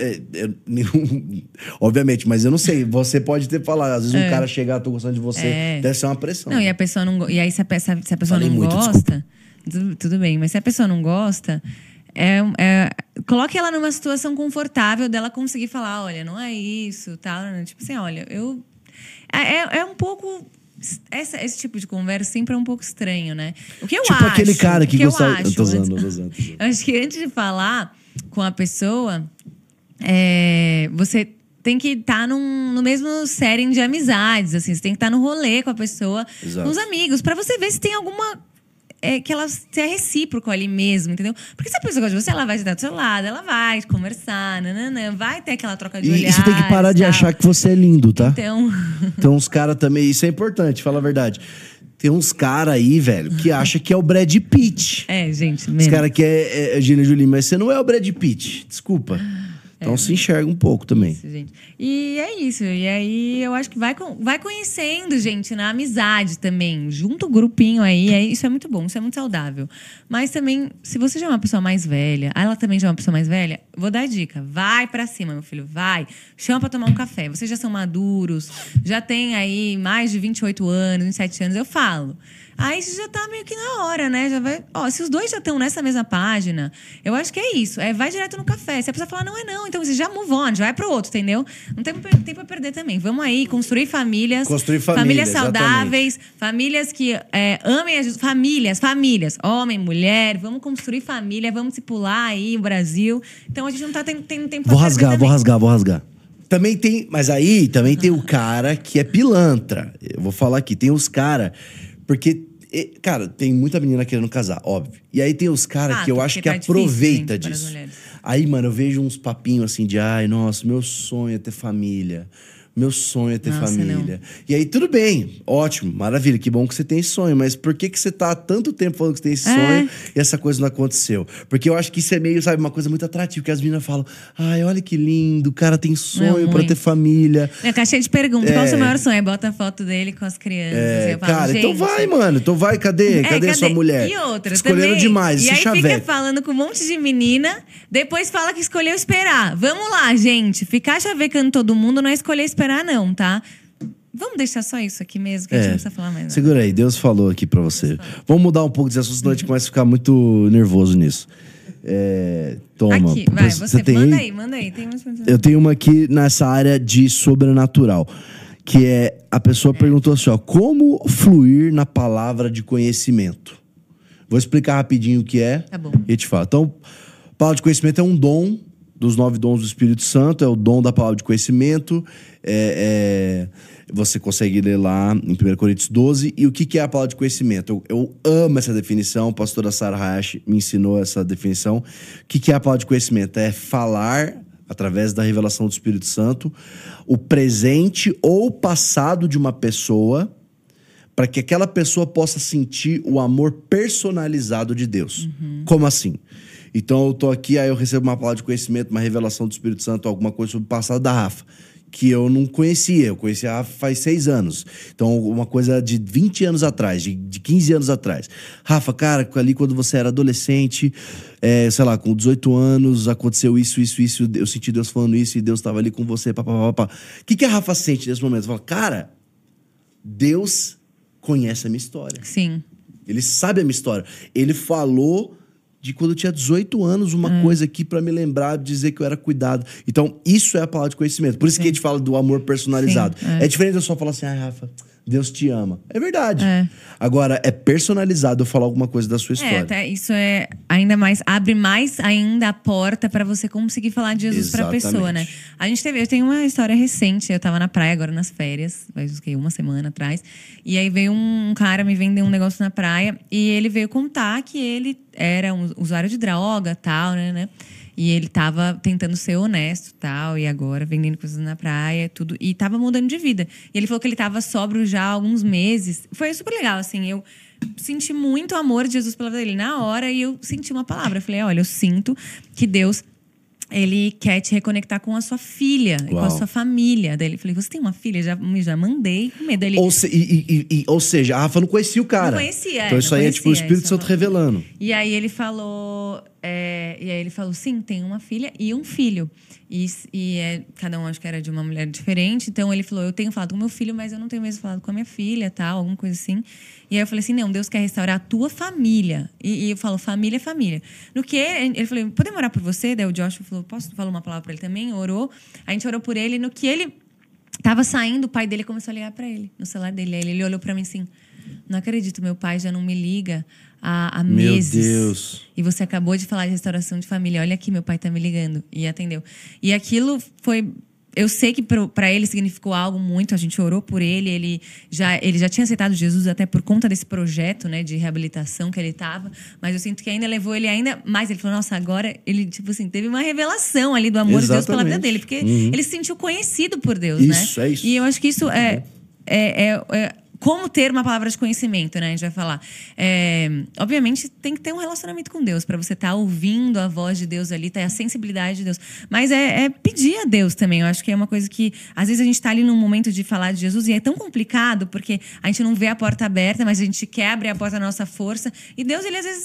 obviamente, mas eu não sei. Você pode ter falado. Às vezes um cara chegar, tô gostando de você. Deve ser uma pressão. Não, e a pessoa não... E aí se a pessoa não gosta... Tudo bem, mas se a pessoa não gosta... coloque ela numa situação confortável dela conseguir falar, olha, não é isso, tal. Tipo assim, olha, é um pouco... Esse tipo de conversa sempre é um pouco estranho, né? O que eu acho... Tipo aquele cara que gostava... Eu acho que antes de falar com a pessoa, você tem que estar no mesmo setting de amizades, assim. Você tem que estar no rolê com a pessoa, com os amigos, pra você ver se tem alguma... que ela seja recíproco ali mesmo, entendeu? Porque se a pessoa gosta de você, ela vai estar do seu lado, ela vai conversar, vai ter aquela troca de olhares. E você tem que parar de achar que você é lindo, tá? Então... Tem uns caras também, isso é importante, fala a verdade. Tem uns caras aí, velho, que acham que é o Brad Pitt. Gente, mesmo. Os caras que é Gina Jolie, mas você não é o Brad Pitt, desculpa. Então se enxerga um pouco também. Isso, gente. E é isso. E aí eu acho que vai conhecendo, gente, na amizade também. Junta o grupinho aí. Isso é muito bom, isso é muito saudável. Mas também, se você já é uma pessoa mais velha, ela também já é uma pessoa mais velha, vou dar a dica. Vai pra cima, meu filho, vai. Chama pra tomar um café. Vocês já são maduros, já tem aí mais de 28 anos, 27 anos, eu falo. Aí já tá meio que na hora, né? Já vai. Se os dois já estão nessa mesma página, eu acho que é isso. Vai direto no café. Se a pessoa falar, não é não, então você já move on, já vai pro outro, entendeu? Não tem tempo pra perder também. Vamos aí construir famílias. Famílias saudáveis, exatamente. Famílias que amem as famílias. Homem, mulher, vamos construir família, vamos discipular aí o Brasil. Então a gente não tá tendo tempo pra perder. Vou rasgar. Também tem. Mas aí também tem o cara que é pilantra. Eu vou falar aqui, tem os caras. Porque, cara, tem muita menina querendo casar, óbvio. E aí tem os caras que eu acho que aproveita disso. Aí, mano, eu vejo uns papinhos assim de... Ai, nossa, meu sonho é ter família. Meu sonho é ter família. Não. E aí, tudo bem. Ótimo, maravilha. Que bom que você tem esse sonho. Mas por que você tá há tanto tempo falando que você tem esse sonho e essa coisa não aconteceu? Porque eu acho que isso é meio, sabe, uma coisa muito atrativa. Que as meninas falam... Ai, olha que lindo. O cara tem sonho pra ter família. Caixinha de perguntas. Qual é o seu maior sonho? Aí bota a foto dele com as crianças. Eu falo, cara, então vai, mano. Então vai. Cadê a sua mulher? E outra Escolheram também. demais. E aí fica falando com um monte de menina. Depois fala que escolheu esperar. Vamos lá, gente. Ficar chavecando todo mundo não é escolher esperar, não, tá? Vamos deixar só isso aqui mesmo, que a gente não precisa falar mais nada. Segura aí, Deus falou aqui pra você. Vamos mudar um pouco desse assunto, senão a gente começa a ficar muito nervoso nisso. Toma. Aqui, vai, você tem manda aí. Tem eu tenho uma aqui nessa área de sobrenatural. Que é, a pessoa perguntou assim, como fluir na palavra de conhecimento? Vou explicar rapidinho o que é. Tá bom. E te falo. Então, a palavra de conhecimento é um dom dos 9 dons do Espírito Santo, é o dom da palavra de conhecimento. Você consegue ler lá em 1 Coríntios 12. E o que é a palavra de conhecimento? Eu amo essa definição, a pastora Sarah Hayashi me ensinou essa definição. O que é a palavra de conhecimento? É falar, através da revelação do Espírito Santo, o presente ou passado de uma pessoa, para que aquela pessoa possa sentir o amor personalizado de Deus. Como assim? Então eu tô aqui, aí eu recebo uma palavra de conhecimento, uma revelação do Espírito Santo, alguma coisa sobre o passado da Rafa, que eu não conhecia. Eu conheci a Rafa faz 6 anos. Então, uma coisa de 20 anos atrás, de 15 anos atrás. Rafa, cara, ali quando você era adolescente, sei lá, com 18 anos, aconteceu isso, eu senti Deus falando isso e Deus estava ali com você, papapá. O que a Rafa sente nesse momento? Fala, cara, Deus conhece a minha história. Sim. Ele sabe a minha história. Ele falou de quando eu tinha 18 anos, uma coisa aqui pra me lembrar, dizer que eu era cuidado. Então, isso é a palavra de conhecimento. Por isso que a gente fala do amor personalizado. É diferente de eu só falar assim, ai, Rafa, Deus te ama. É verdade. Agora, é personalizado eu falar alguma coisa da sua história. Até isso é ainda mais, abre mais ainda a porta pra você conseguir falar de Jesus pra pessoa, né? Eu tenho uma história recente, eu tava na praia agora nas férias, faz uma semana atrás, e aí veio um cara me vender um negócio na praia, e ele veio contar que ele era um usuário de droga e tal, né? E ele tava tentando ser honesto e tal. E agora vendendo coisas na praia, tudo. E tava mudando de vida. E ele falou que ele tava sóbrio já há alguns meses. Foi super legal, assim. Eu senti muito amor de Jesus pela vida dele na hora. E eu senti uma palavra. Eu falei, olha, eu sinto que Deus... Ele quer te reconectar com a sua filha e com a sua família. Daí ele falei, você tem uma filha? Já mandei com medo. Ele... Ou seja, a Rafa não conhecia o cara. Não conhecia. Então isso aí é tipo o Espírito Santo revelando. E aí ele falou... sim, tem uma filha e um filho. Cada um acho que era de uma mulher diferente. Então ele falou, eu tenho falado com meu filho, mas eu não tenho mesmo falado com a minha filha, tal, alguma coisa assim. E aí eu falei assim, não, Deus quer restaurar a tua família. E eu falo, família é família. No que ele falou, podemos orar por você? Daí o Joshua falou, posso falar uma palavra para ele também? Orou. A gente orou por ele. No que ele tava saindo, o pai dele começou a ligar para ele, no celular dele. Aí ele olhou para mim assim, não acredito, meu pai já não me liga há meses. Meu Deus. E você acabou de falar de restauração de família. Olha aqui, meu pai tá me ligando. E atendeu. E aquilo foi... Eu sei que para ele significou algo muito. A gente orou por ele. Ele já tinha aceitado Jesus até por conta desse projeto, né, de reabilitação que ele estava. Mas eu sinto que ainda levou ele ainda mais. Ele falou, nossa, agora ele, tipo assim, teve uma revelação ali do amor de Deus pela vida dele. Porque ele se sentiu conhecido por Deus, isso, né? É isso. E eu acho que isso como ter uma palavra de conhecimento, né? A gente vai falar. Obviamente, tem que ter um relacionamento com Deus para você estar ouvindo a voz de Deus ali, ter a sensibilidade de Deus. Mas é pedir a Deus também. Eu acho que é uma coisa que, às vezes, a gente está ali num momento de falar de Jesus e é tão complicado porque a gente não vê a porta aberta, mas a gente quer abrir a porta da nossa força. E Deus,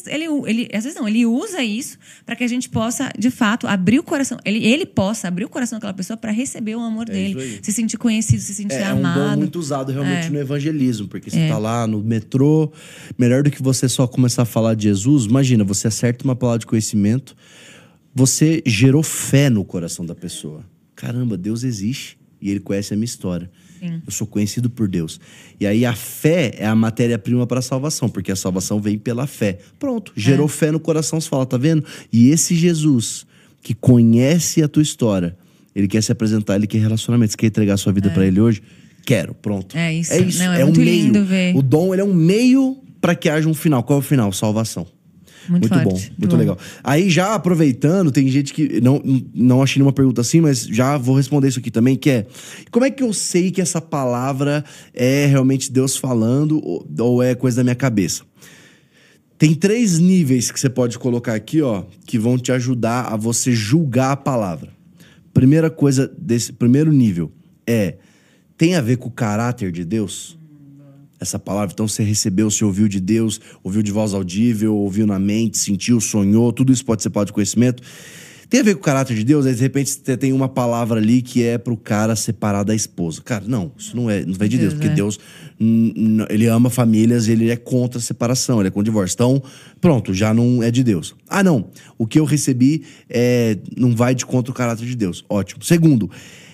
ele usa isso para que a gente possa, de fato, abrir o coração. Ele possa abrir o coração daquela pessoa para receber o amor dele, se sentir conhecido, se sentir amado. É um dom muito usado realmente no evangelismo. Porque você tá lá no metrô, melhor do que você só começar a falar de Jesus, imagina, você acerta uma palavra de conhecimento, você gerou fé no coração da pessoa. Caramba, Deus existe e Ele conhece a minha história. Sim. Eu sou conhecido por Deus. E aí a fé é a matéria-prima para a salvação, porque a salvação vem pela fé. Pronto, gerou fé no coração, você fala, tá vendo? E esse Jesus que conhece a tua história, Ele quer se apresentar, Ele quer relacionamento, você quer entregar a sua vida para Ele hoje? Quero, pronto. É isso. Não, é muito um meio. Lindo ver. O dom, ele é um meio para que haja um final. Qual é o final? Salvação. Muito forte, bom, muito legal. Aí, já aproveitando, tem gente que... Não achei nenhuma pergunta assim, mas já vou responder isso aqui também, que é... Como é que eu sei que essa palavra é realmente Deus falando ou é coisa da minha cabeça? Tem 3 níveis que você pode colocar aqui, ó, que vão te ajudar a você julgar a palavra. Primeira coisa desse primeiro nível tem a ver com o caráter de Deus? Essa palavra, então você recebeu, você ouviu de Deus, ouviu de voz audível, ouviu na mente, sentiu, sonhou, tudo isso pode ser palavra de conhecimento. Tem a ver com o caráter de Deus? Aí de repente você tem uma palavra ali que é pro cara separar da esposa. Cara, não, isso não vem de Deus, porque Deus, ele ama famílias, ele é contra a separação, ele é contra o divórcio. Então, pronto, já não é de Deus. Ah, não, o que eu recebi não vai de contra o caráter de Deus. Ótimo. Segundo,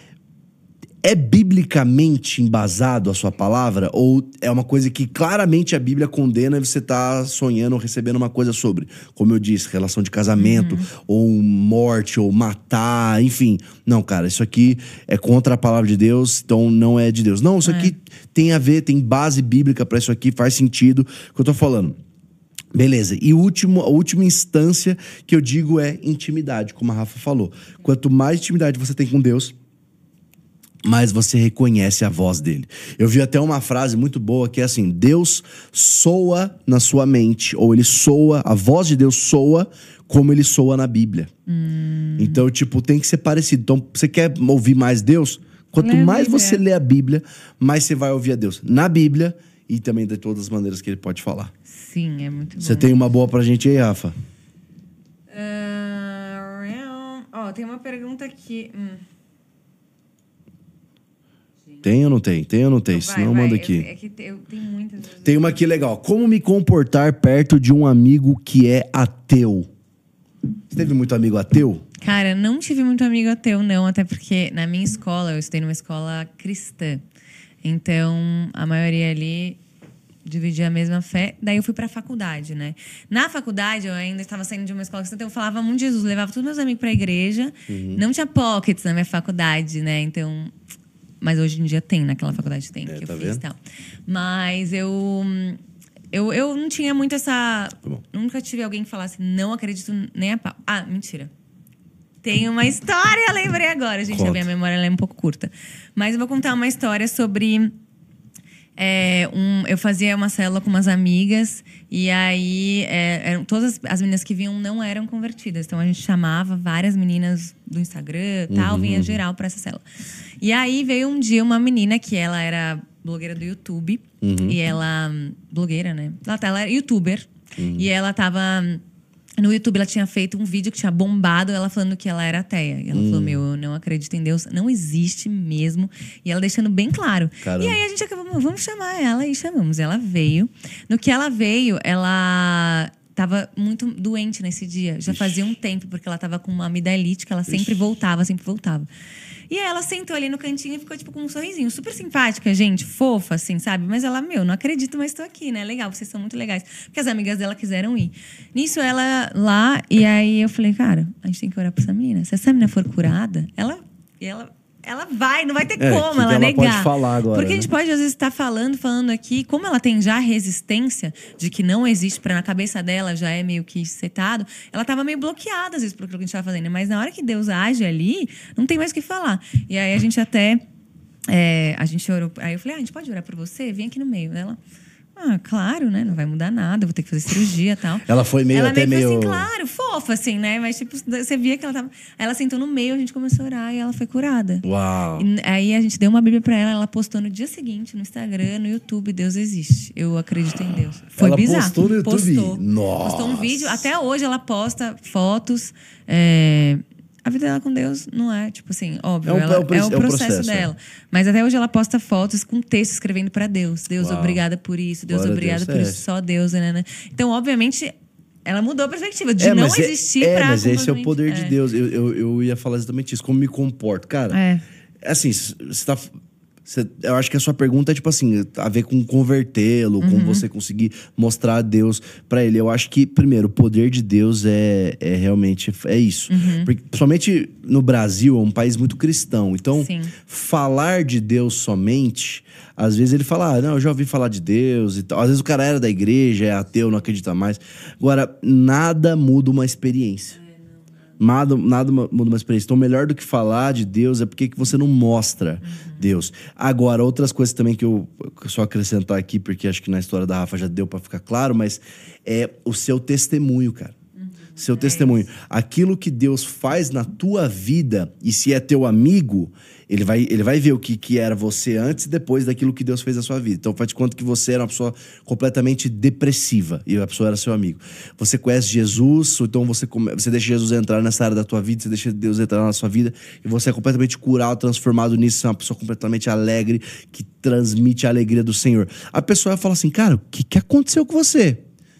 é biblicamente embasado a sua palavra? Ou é uma coisa que claramente a Bíblia condena e você está sonhando ou recebendo uma coisa sobre? Como eu disse, relação de casamento, ou morte, ou matar, enfim. Não, cara, isso aqui é contra a palavra de Deus, então não é de Deus. Não, isso aqui tem a ver, tem base bíblica para isso aqui, faz sentido o que eu tô falando. Beleza, e a última instância que eu digo é intimidade, como a Rafa falou. Quanto mais intimidade você tem com Deus, mas você reconhece a voz dele. Eu vi até uma frase muito boa que é assim: Deus soa na sua mente, ou ele soa, a voz de Deus soa como ele soa na Bíblia. Então, tipo, tem que ser parecido. Então, você quer ouvir mais Deus? Quanto mais você lê a Bíblia, mais você vai ouvir a Deus. Na Bíblia e também de todas as maneiras que ele pode falar. Sim, é muito bom. Você tem uma boa pra gente aí, Rafa? Tem uma pergunta aqui. Tem ou não tem? Tem ou não tem? Senão manda aqui. Eu tenho muitas. Tem uma aqui legal. Como me comportar perto de um amigo que é ateu? Você teve muito amigo ateu? Cara, não tive muito amigo ateu, não. Até porque na minha escola, eu estudei numa escola cristã. Então, a maioria ali dividia a mesma fé. Daí eu fui pra faculdade, né? Na faculdade, eu ainda estava saindo de uma escola cristã, então eu falava muito de Jesus. Levava todos meus amigos pra igreja. Não tinha pockets na minha faculdade, né? Então... Mas hoje em dia tem, naquela faculdade tem, que eu fiz e tal. Mas eu não tinha muito essa... Nunca tive alguém que falasse, não acredito nem a pau. Ah, mentira. Tem uma história, lembrei agora. Gente, a minha memória ela é um pouco curta. Mas eu vou contar uma história sobre... eu fazia uma célula com umas amigas. E aí, todas as meninas que vinham não eram convertidas. Então, a gente chamava várias meninas do Instagram, tal. Vinha geral pra essa célula. E aí, veio um dia uma menina que ela era blogueira do YouTube. E ela... Blogueira, né? Ela era youtuber. E ela tava... No YouTube, ela tinha feito um vídeo que tinha bombado, ela falando que ela era ateia. E ela falou, eu não acredito em Deus, não existe mesmo. E ela deixando bem claro. Caramba. E aí, a gente acabou, vamos chamar ela. E chamamos. Ela veio. No que ela veio, ela... Tava muito doente nesse dia. Já fazia um tempo, porque ela tava com uma amidalite, que ela sempre voltava. E aí ela sentou ali no cantinho e ficou, tipo, com um sorrisinho. Super simpática, gente. Fofa, assim, sabe? Mas ela, não acredito, mas tô aqui, né? Legal, vocês são muito legais. Porque as amigas dela quiseram ir. Nisso, ela lá... E aí, eu falei, cara, a gente tem que orar pra essa menina. Se essa menina for curada, ela vai, não vai ter como ela negar. Pode falar agora, porque a gente pode, às vezes, estar falando aqui, como ela tem já resistência de que não existe, na cabeça dela já é meio que setado, ela tava meio bloqueada, às vezes, por aquilo que a gente tava fazendo. Mas na hora que Deus age ali, não tem mais o que falar. E aí a gente até. A gente orou. Aí eu falei, a gente pode orar por você? Vem aqui no meio. Ela. Claro, né? Não vai mudar nada, vou ter que fazer cirurgia e tal. Ela foi meio até meio... assim, claro, fofa, assim, né? Mas, tipo, você via que ela tava... Aí ela sentou no meio, a gente começou a orar e ela foi curada. Uau! E aí a gente deu uma Bíblia pra ela postou no dia seguinte, no Instagram, no YouTube, Deus existe. Eu acredito em Deus. Foi ela bizarro. Postou no YouTube? Nossa! Postou um vídeo, até hoje ela posta fotos... A vida dela com Deus não é, tipo assim, óbvio, é o processo dela. Mas até hoje ela posta fotos com texto escrevendo pra Deus. Deus, obrigada por isso. Deus, obrigada por isso. Só Deus, né? Então, obviamente, ela mudou a perspectiva de não existir pra... Mas esse é o poder de Deus. Eu ia falar exatamente isso. Como me comporto. Cara, assim, você tá... Eu acho que a sua pergunta é, tipo assim, a ver com convertê-lo, com você conseguir mostrar a Deus pra ele. Eu acho que, primeiro, o poder de Deus é realmente isso. Porque, principalmente no Brasil, é um país muito cristão. Então, falar de Deus somente, às vezes ele fala, não, eu já ouvi falar de Deus e tal. Às vezes o cara era da igreja, é ateu, não acredita mais. Agora, nada muda uma experiência. Nada muda uma experiência. Então, melhor do que falar de Deus é porque que você não mostra Deus. Agora, outras coisas também que eu só acrescentar aqui, porque acho que na história da Rafa já deu pra ficar claro, mas é o seu testemunho, cara. Seu testemunho. Aquilo que Deus faz na tua vida, e se é teu amigo, ele vai ver o que era você antes e depois daquilo que Deus fez na sua vida. Então faz de conta que você era uma pessoa completamente depressiva e a pessoa era seu amigo. Você conhece Jesus, ou então você deixa Jesus entrar nessa área da tua vida, você deixa Deus entrar na sua vida e você é completamente curado, transformado nisso, você é uma pessoa completamente alegre, que transmite a alegria do Senhor. A pessoa vai falar assim, cara, o que aconteceu com você?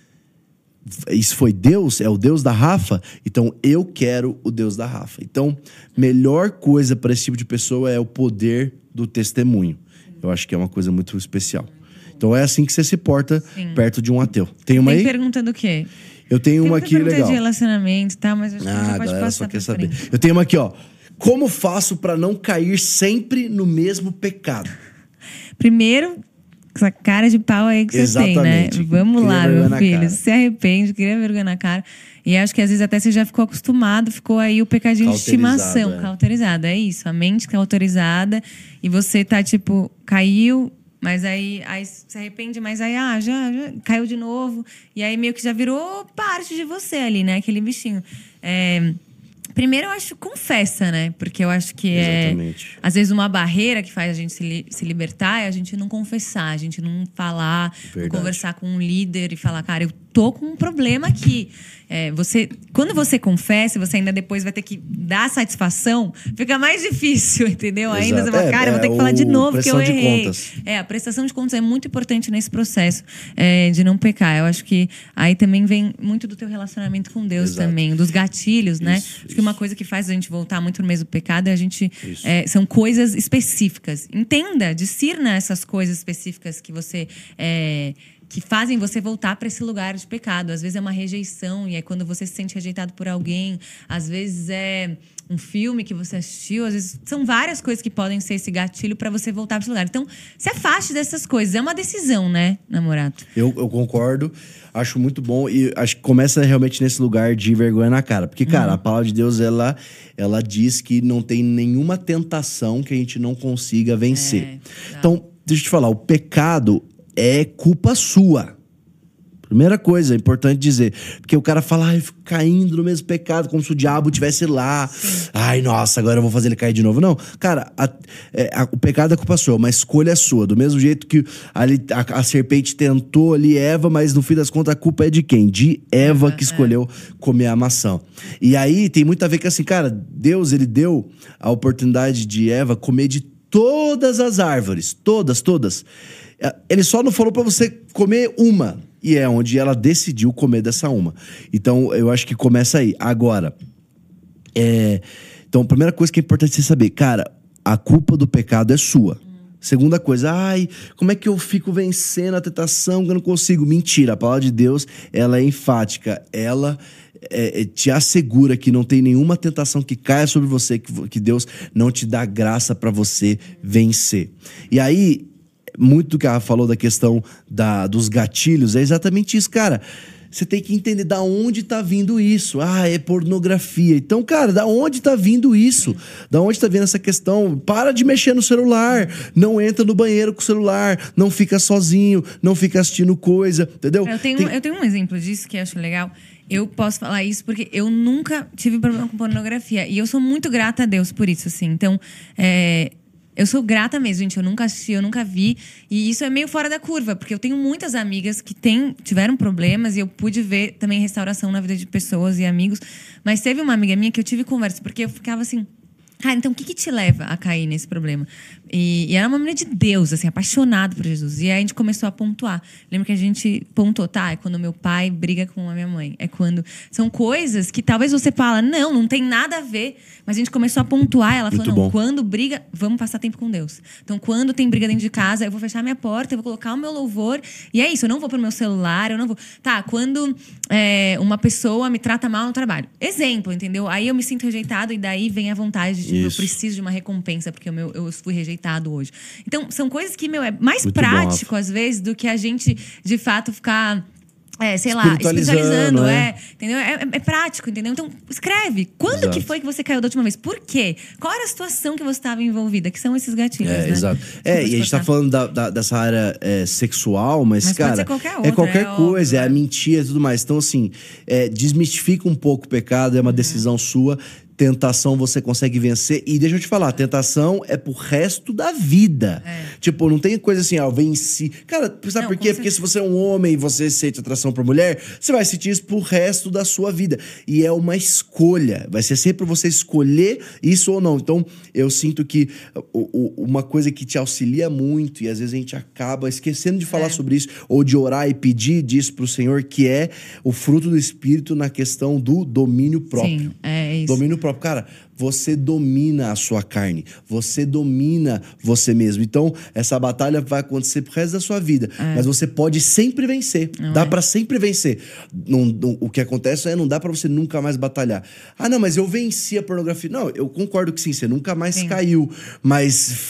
Isso foi Deus? É o Deus da Rafa? Então eu quero o Deus da Rafa. Então, melhor coisa para esse tipo de pessoa é o poder do testemunho. Eu acho que é uma coisa muito especial. Então é assim que você se porta perto de um ateu. Tem uma aí? Tem pergunta do quê? Eu tenho uma aqui legal. De relacionamento, tá? Mas acho que já pode passar só quer saber. Eu tenho uma aqui, ó. Como faço para não cair sempre no mesmo pecado? Primeiro, essa cara de pau aí que você tem, né? Vamos lá, meu filho. Se arrepende, cria vergonha na cara. E acho que às vezes até você já ficou acostumado, ficou aí o pecadinho de estimação. Cauterizado, é isso. A mente cauterizada. E você tá, tipo, caiu, mas aí se arrepende, mas aí já caiu de novo. E aí meio que já virou parte de você ali, né? Aquele bichinho. Primeiro, eu acho, confessa, né? Porque eu acho que às vezes, uma barreira que faz a gente se libertar é a gente não confessar, a gente não falar, não conversar com um líder e falar, cara, eu tô com um problema aqui. Quando você confessa, você ainda depois vai ter que dar satisfação, fica mais difícil, entendeu? Exato. Ainda você fala, cara, eu vou ter que falar de novo que eu errei. A prestação de contas é muito importante nesse processo de não pecar. Eu acho que aí também vem muito do teu relacionamento com Deus também, dos gatilhos, né? Acho que uma coisa que faz a gente voltar muito no mesmo pecado é a gente... são coisas específicas. Entenda, discirna essas coisas específicas que você... que fazem você voltar para esse lugar de pecado. Às vezes é uma rejeição, e é quando você se sente rejeitado por alguém. Às vezes é um filme que você assistiu. Às vezes são várias coisas que podem ser esse gatilho pra você voltar pra esse lugar. Então, se afaste dessas coisas. É uma decisão, né, namorado? Eu concordo. Acho muito bom. E acho que começa realmente nesse lugar de vergonha na cara. Porque, cara, a palavra de Deus, ela diz que não tem nenhuma tentação que a gente não consiga vencer. Então, deixa eu te falar. O pecado é culpa sua. Primeira coisa, é importante dizer. Porque o cara fala, eu fico caindo no mesmo pecado, como se o diabo estivesse lá. Sim. Ai, nossa, agora eu vou fazer ele cair de novo. Não, cara, o pecado é culpa sua, uma escolha é sua. Do mesmo jeito que a serpente tentou ali Eva, mas no fim das contas a culpa é de quem? De Eva, que escolheu comer a maçã. E aí tem muito a ver com assim, cara, Deus, ele deu a oportunidade de Eva comer de todas as árvores. Todas. Ele só não falou pra você comer uma. E é onde ela decidiu comer dessa uma. Então, eu acho que começa aí. Agora, então, a primeira coisa que é importante você saber, cara, a culpa do pecado é sua. Segunda coisa, como é que eu fico vencendo a tentação que eu não consigo? Mentira, a palavra de Deus, ela é enfática. Ela te assegura que não tem nenhuma tentação que caia sobre você, que Deus não te dá graça pra você vencer. E aí, muito do que ela falou da questão dos gatilhos, é exatamente isso, cara. Você tem que entender da onde tá vindo isso. É pornografia. Então, cara, da onde tá vindo isso? Da onde tá vindo essa questão? Para de mexer no celular. Não entra no banheiro com o celular. Não fica sozinho. Não fica assistindo coisa. Entendeu? Eu tenho um exemplo disso que eu acho legal. Eu posso falar isso porque eu nunca tive problema com pornografia. E eu sou muito grata a Deus por isso, assim. Então, eu sou grata mesmo, gente. Eu nunca assisti, eu nunca vi. E isso é meio fora da curva, porque eu tenho muitas amigas que tiveram problemas e eu pude ver também restauração na vida de pessoas e amigos. Mas teve uma amiga minha que eu tive conversa, porque eu ficava assim... então o que te leva a cair nesse problema? E era uma menina de Deus, assim, apaixonada por Jesus. E aí a gente começou a pontuar. Lembro que a gente pontuou, é quando meu pai briga com a minha mãe. É quando... São coisas que talvez você fala, não tem nada a ver. Mas a gente começou a pontuar. Ela falou, não, quando briga, vamos passar tempo com Deus. Então, quando tem briga dentro de casa, eu vou fechar minha porta, eu vou colocar o meu louvor. E é isso, eu não vou pro meu celular, eu não vou... quando uma pessoa me trata mal no trabalho. Exemplo, entendeu? Aí eu me sinto rejeitado e daí vem a vontade de, eu preciso de uma recompensa, porque eu fui rejeitado hoje. Então, são coisas que, é mais muito prático, às vezes, do que a gente, de fato, ficar... espiritualizando, entendeu? É prático, entendeu? Então, escreve. Quando que foi que você caiu da última vez? Por quê? Qual era a situação que você estava envolvida? Que são esses gatilhos, né? Exato. E a gente tá falando dessa área sexual, mas cara... Pode ser qualquer outra, qualquer coisa, a mentira e tudo mais. Então, assim, desmistifica um pouco o pecado, é uma decisão sua. Tentação você consegue vencer. E deixa eu te falar, tentação é pro resto da vida. Tipo, não tem coisa assim, eu venci. Cara, sabe por quê? Porque se você é um homem e você sente atração por mulher, você vai sentir isso pro resto da sua vida. E é uma escolha. Vai ser sempre você escolher isso ou não. Então, eu sinto que uma coisa que te auxilia muito, e às vezes a gente acaba esquecendo de falar sobre isso, ou de orar e pedir disso pro Senhor, que é o fruto do Espírito na questão do domínio próprio. Sim, é isso. Domínio próprio. Cara, você domina a sua carne. Você domina você mesmo. Então, essa batalha vai acontecer pro resto da sua vida. Mas você pode sempre vencer. Dá pra sempre vencer. O que acontece não dá pra você nunca mais batalhar. Não, mas eu venci a pornografia. Não, eu concordo que sim, você nunca mais caiu. Mas...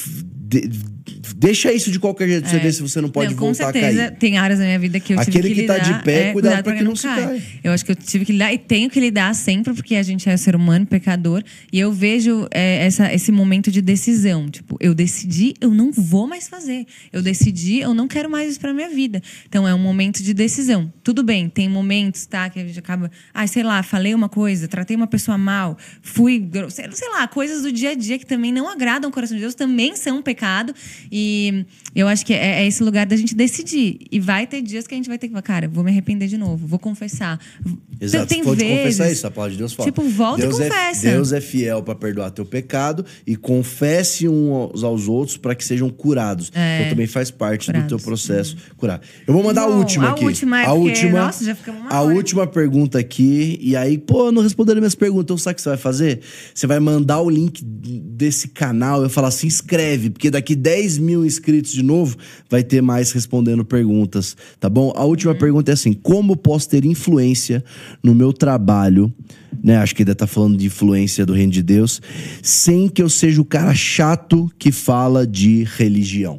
deixa isso de qualquer jeito pra você ver se você não pode voltar a cair. Com certeza, tem áreas na minha vida que eu tive que lidar. Aquele que tá de pé, cuidado pra que não se cai. Eu acho que eu tive que lidar e tenho que lidar sempre, porque a gente é ser humano, pecador. E eu vejo esse momento de decisão. Tipo, eu decidi, eu não vou mais fazer. Eu decidi, eu não quero mais isso pra minha vida. Então, é um momento de decisão. Tudo bem, tem momentos, que a gente acaba... falei uma coisa, tratei uma pessoa mal, fui... sei lá, coisas do dia a dia que também não agradam o coração de Deus, também são um pecado. E eu acho que é esse lugar da gente decidir. E vai ter dias que a gente vai ter que falar, cara, vou me arrepender de novo, vou confessar. Exato, tem você pode vezes, confessar isso, a palavra de Deus fala. Tipo, volta e confessa. Deus é fiel para perdoar teu pecado e confesse uns aos outros para que sejam curados. Então também faz parte do teu processo curar. Eu vou mandar a última aqui. A última, nossa, já ficamos uma hora. Última pergunta aqui. E aí, não responderam minhas perguntas. Então, sabe o que você vai fazer? Você vai mandar o link desse canal e falar, se inscreve, porque porque daqui 10 mil inscritos de novo, vai ter mais respondendo perguntas, tá bom? A última pergunta é assim, como posso ter influência no meu trabalho, né? Acho que ainda tá falando de influência do reino de Deus, sem que eu seja o cara chato que fala de religião.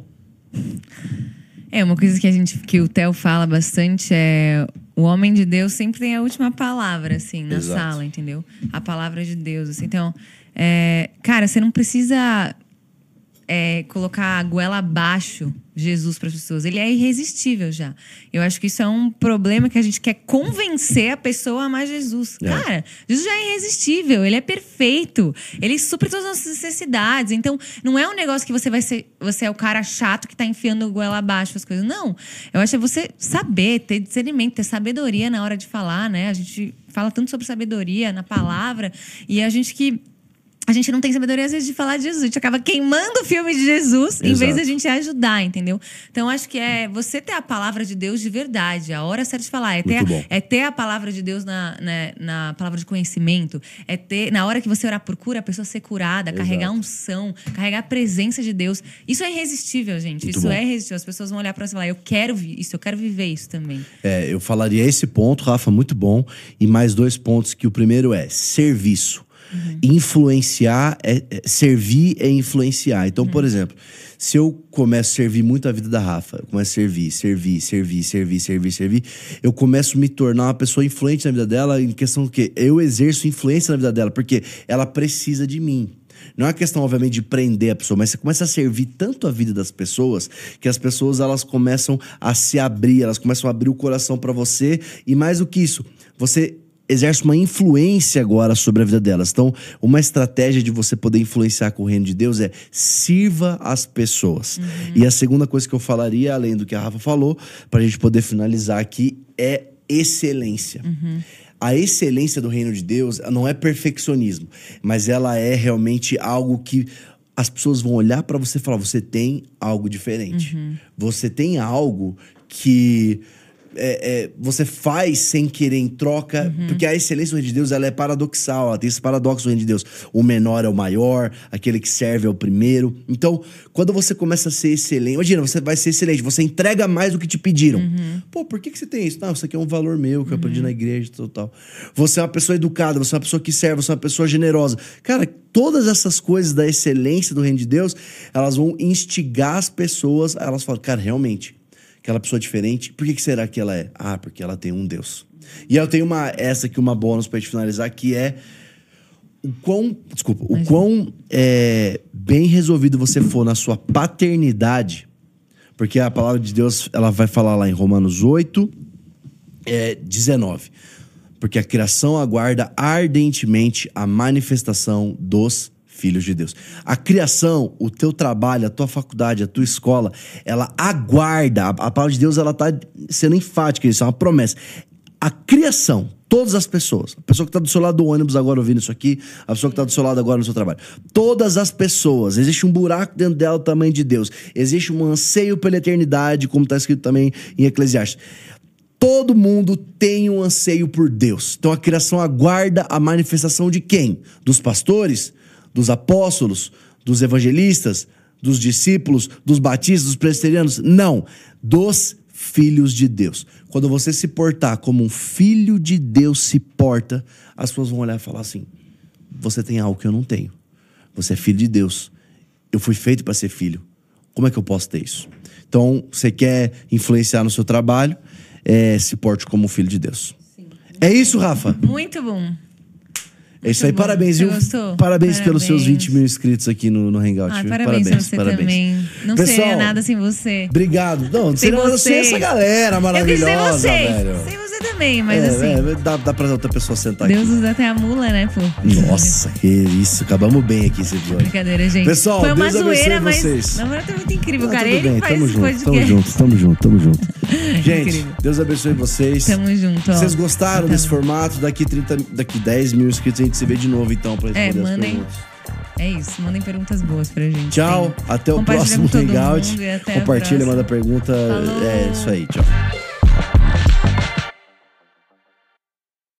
Uma coisa que o Theo fala bastante é... O homem de Deus sempre tem a última palavra, assim, na sala, entendeu? A palavra de Deus, assim. Então, cara, você não precisa colocar a goela abaixo Jesus para as pessoas. Ele é irresistível já. Eu acho que isso é um problema que a gente quer convencer a pessoa a amar Jesus. Cara, Jesus já é irresistível. Ele é perfeito. Ele supre todas as nossas necessidades. Então, não é um negócio que você é o cara chato que tá enfiando goela abaixo as coisas. Não. Eu acho que é você saber, ter discernimento, ter sabedoria na hora de falar, né? A gente fala tanto sobre sabedoria na palavra. E a gente não tem sabedoria, às vezes, de falar de Jesus. A gente acaba queimando o filme de Jesus em vez de a gente ajudar, entendeu? Então, acho que é você ter a palavra de Deus de verdade. A hora certa de falar. É ter a palavra de Deus na palavra de conhecimento. É ter, na hora que você orar por cura, a pessoa ser curada, carregar unção, carregar a presença de Deus. Isso é irresistível, gente. Isso é irresistível. As pessoas vão olhar pra você e falar, eu quero isso, eu quero viver isso também. Eu falaria esse ponto, Rafa, muito bom. E mais 2 pontos, que o primeiro é serviço. Influenciar, servir é influenciar. Então, por exemplo, se eu começo a servir muito a vida da Rafa, eu começo a servir, eu começo a me tornar uma pessoa influente na vida dela, em questão do quê? Eu exerço influência na vida dela, porque ela precisa de mim. Não é uma questão, obviamente, de prender a pessoa, mas você começa a servir tanto a vida das pessoas, que as pessoas, elas começam a se abrir, elas começam a abrir o coração pra você, e mais do que isso, você exerce uma influência agora sobre a vida delas. Então, uma estratégia de você poder influenciar com o reino de Deus é sirva as pessoas. E a segunda coisa que eu falaria, além do que a Rafa falou, pra gente poder finalizar aqui, é excelência. A excelência do reino de Deus não é perfeccionismo, mas ela é realmente algo que as pessoas vão olhar pra você e falar, você tem algo diferente. Você tem algo que... você faz sem querer em troca, porque a excelência do reino de Deus, ela é paradoxal, ela tem esse paradoxo do reino de Deus. O menor é o maior, aquele que serve é o primeiro. Então, quando você começa a ser excelente, imagina, você vai ser excelente, você entrega mais do que te pediram. Pô, por que você tem isso? Não, isso aqui é um valor meu, que eu aprendi na igreja, tal. Você é uma pessoa educada, você é uma pessoa que serve, você é uma pessoa generosa. Cara, todas essas coisas da excelência do reino de Deus, elas vão instigar as pessoas, elas falam, cara, realmente, aquela pessoa diferente, por que será que ela é? Ah, porque ela tem um Deus. E eu tenho essa aqui, uma bônus pra gente finalizar, que é o quão bem resolvido você for na sua paternidade, porque a palavra de Deus, ela vai falar lá em Romanos 8, 19. Porque a criação aguarda ardentemente a manifestação dos filhos de Deus. A criação, o teu trabalho, a tua faculdade, a tua escola, ela aguarda. A palavra de Deus, ela tá sendo enfática, isso é uma promessa. A criação, todas as pessoas, a pessoa que tá do seu lado do ônibus agora ouvindo isso aqui, a pessoa que tá do seu lado agora no seu trabalho, todas as pessoas, existe um buraco dentro dela do tamanho de Deus, existe um anseio pela eternidade, como tá escrito também em Eclesiastes. Todo mundo tem um anseio por Deus. Então a criação aguarda a manifestação de quem? Dos pastores? Dos apóstolos, dos evangelistas, dos discípulos, dos batistas, dos presbiterianos? Não, dos filhos de Deus. Quando você se portar como um filho de Deus se porta, as pessoas vão olhar e falar assim, você tem algo que eu não tenho. Você é filho de Deus. Eu fui feito para ser filho. Como é que eu posso ter isso? Então, você quer influenciar no seu trabalho, se porte como um filho de Deus. Sim. É isso, Rafa? Muito bom. É isso aí, parabéns, viu? Parabéns pelos seus 20 mil inscritos aqui no Hangout. Parabéns pra você também. Não seria nada sem você. Obrigado. Não seria nada sem essa galera maravilhosa, eu quis ser velho. Sem você também, mas assim... Dá pra outra pessoa sentar Deus aqui. Deus usa até a mula, né, pô? Nossa, que isso. Acabamos bem aqui esse episódio. Brincadeira, gente. Pessoal, foi uma Deus zoeira, mas vocês. na verdade é muito incrível, cara. Ele bem, faz podcast. Tamo junto. Gente, Deus abençoe vocês. Tamo junto. Vocês gostaram desse formato? Daqui 10 mil inscritos a gente se vê de novo, então, pra responder as perguntas. É isso, mandem perguntas boas pra gente. Tchau, até o próximo Hangout. Compartilha, manda pergunta. Falou. É isso aí, tchau.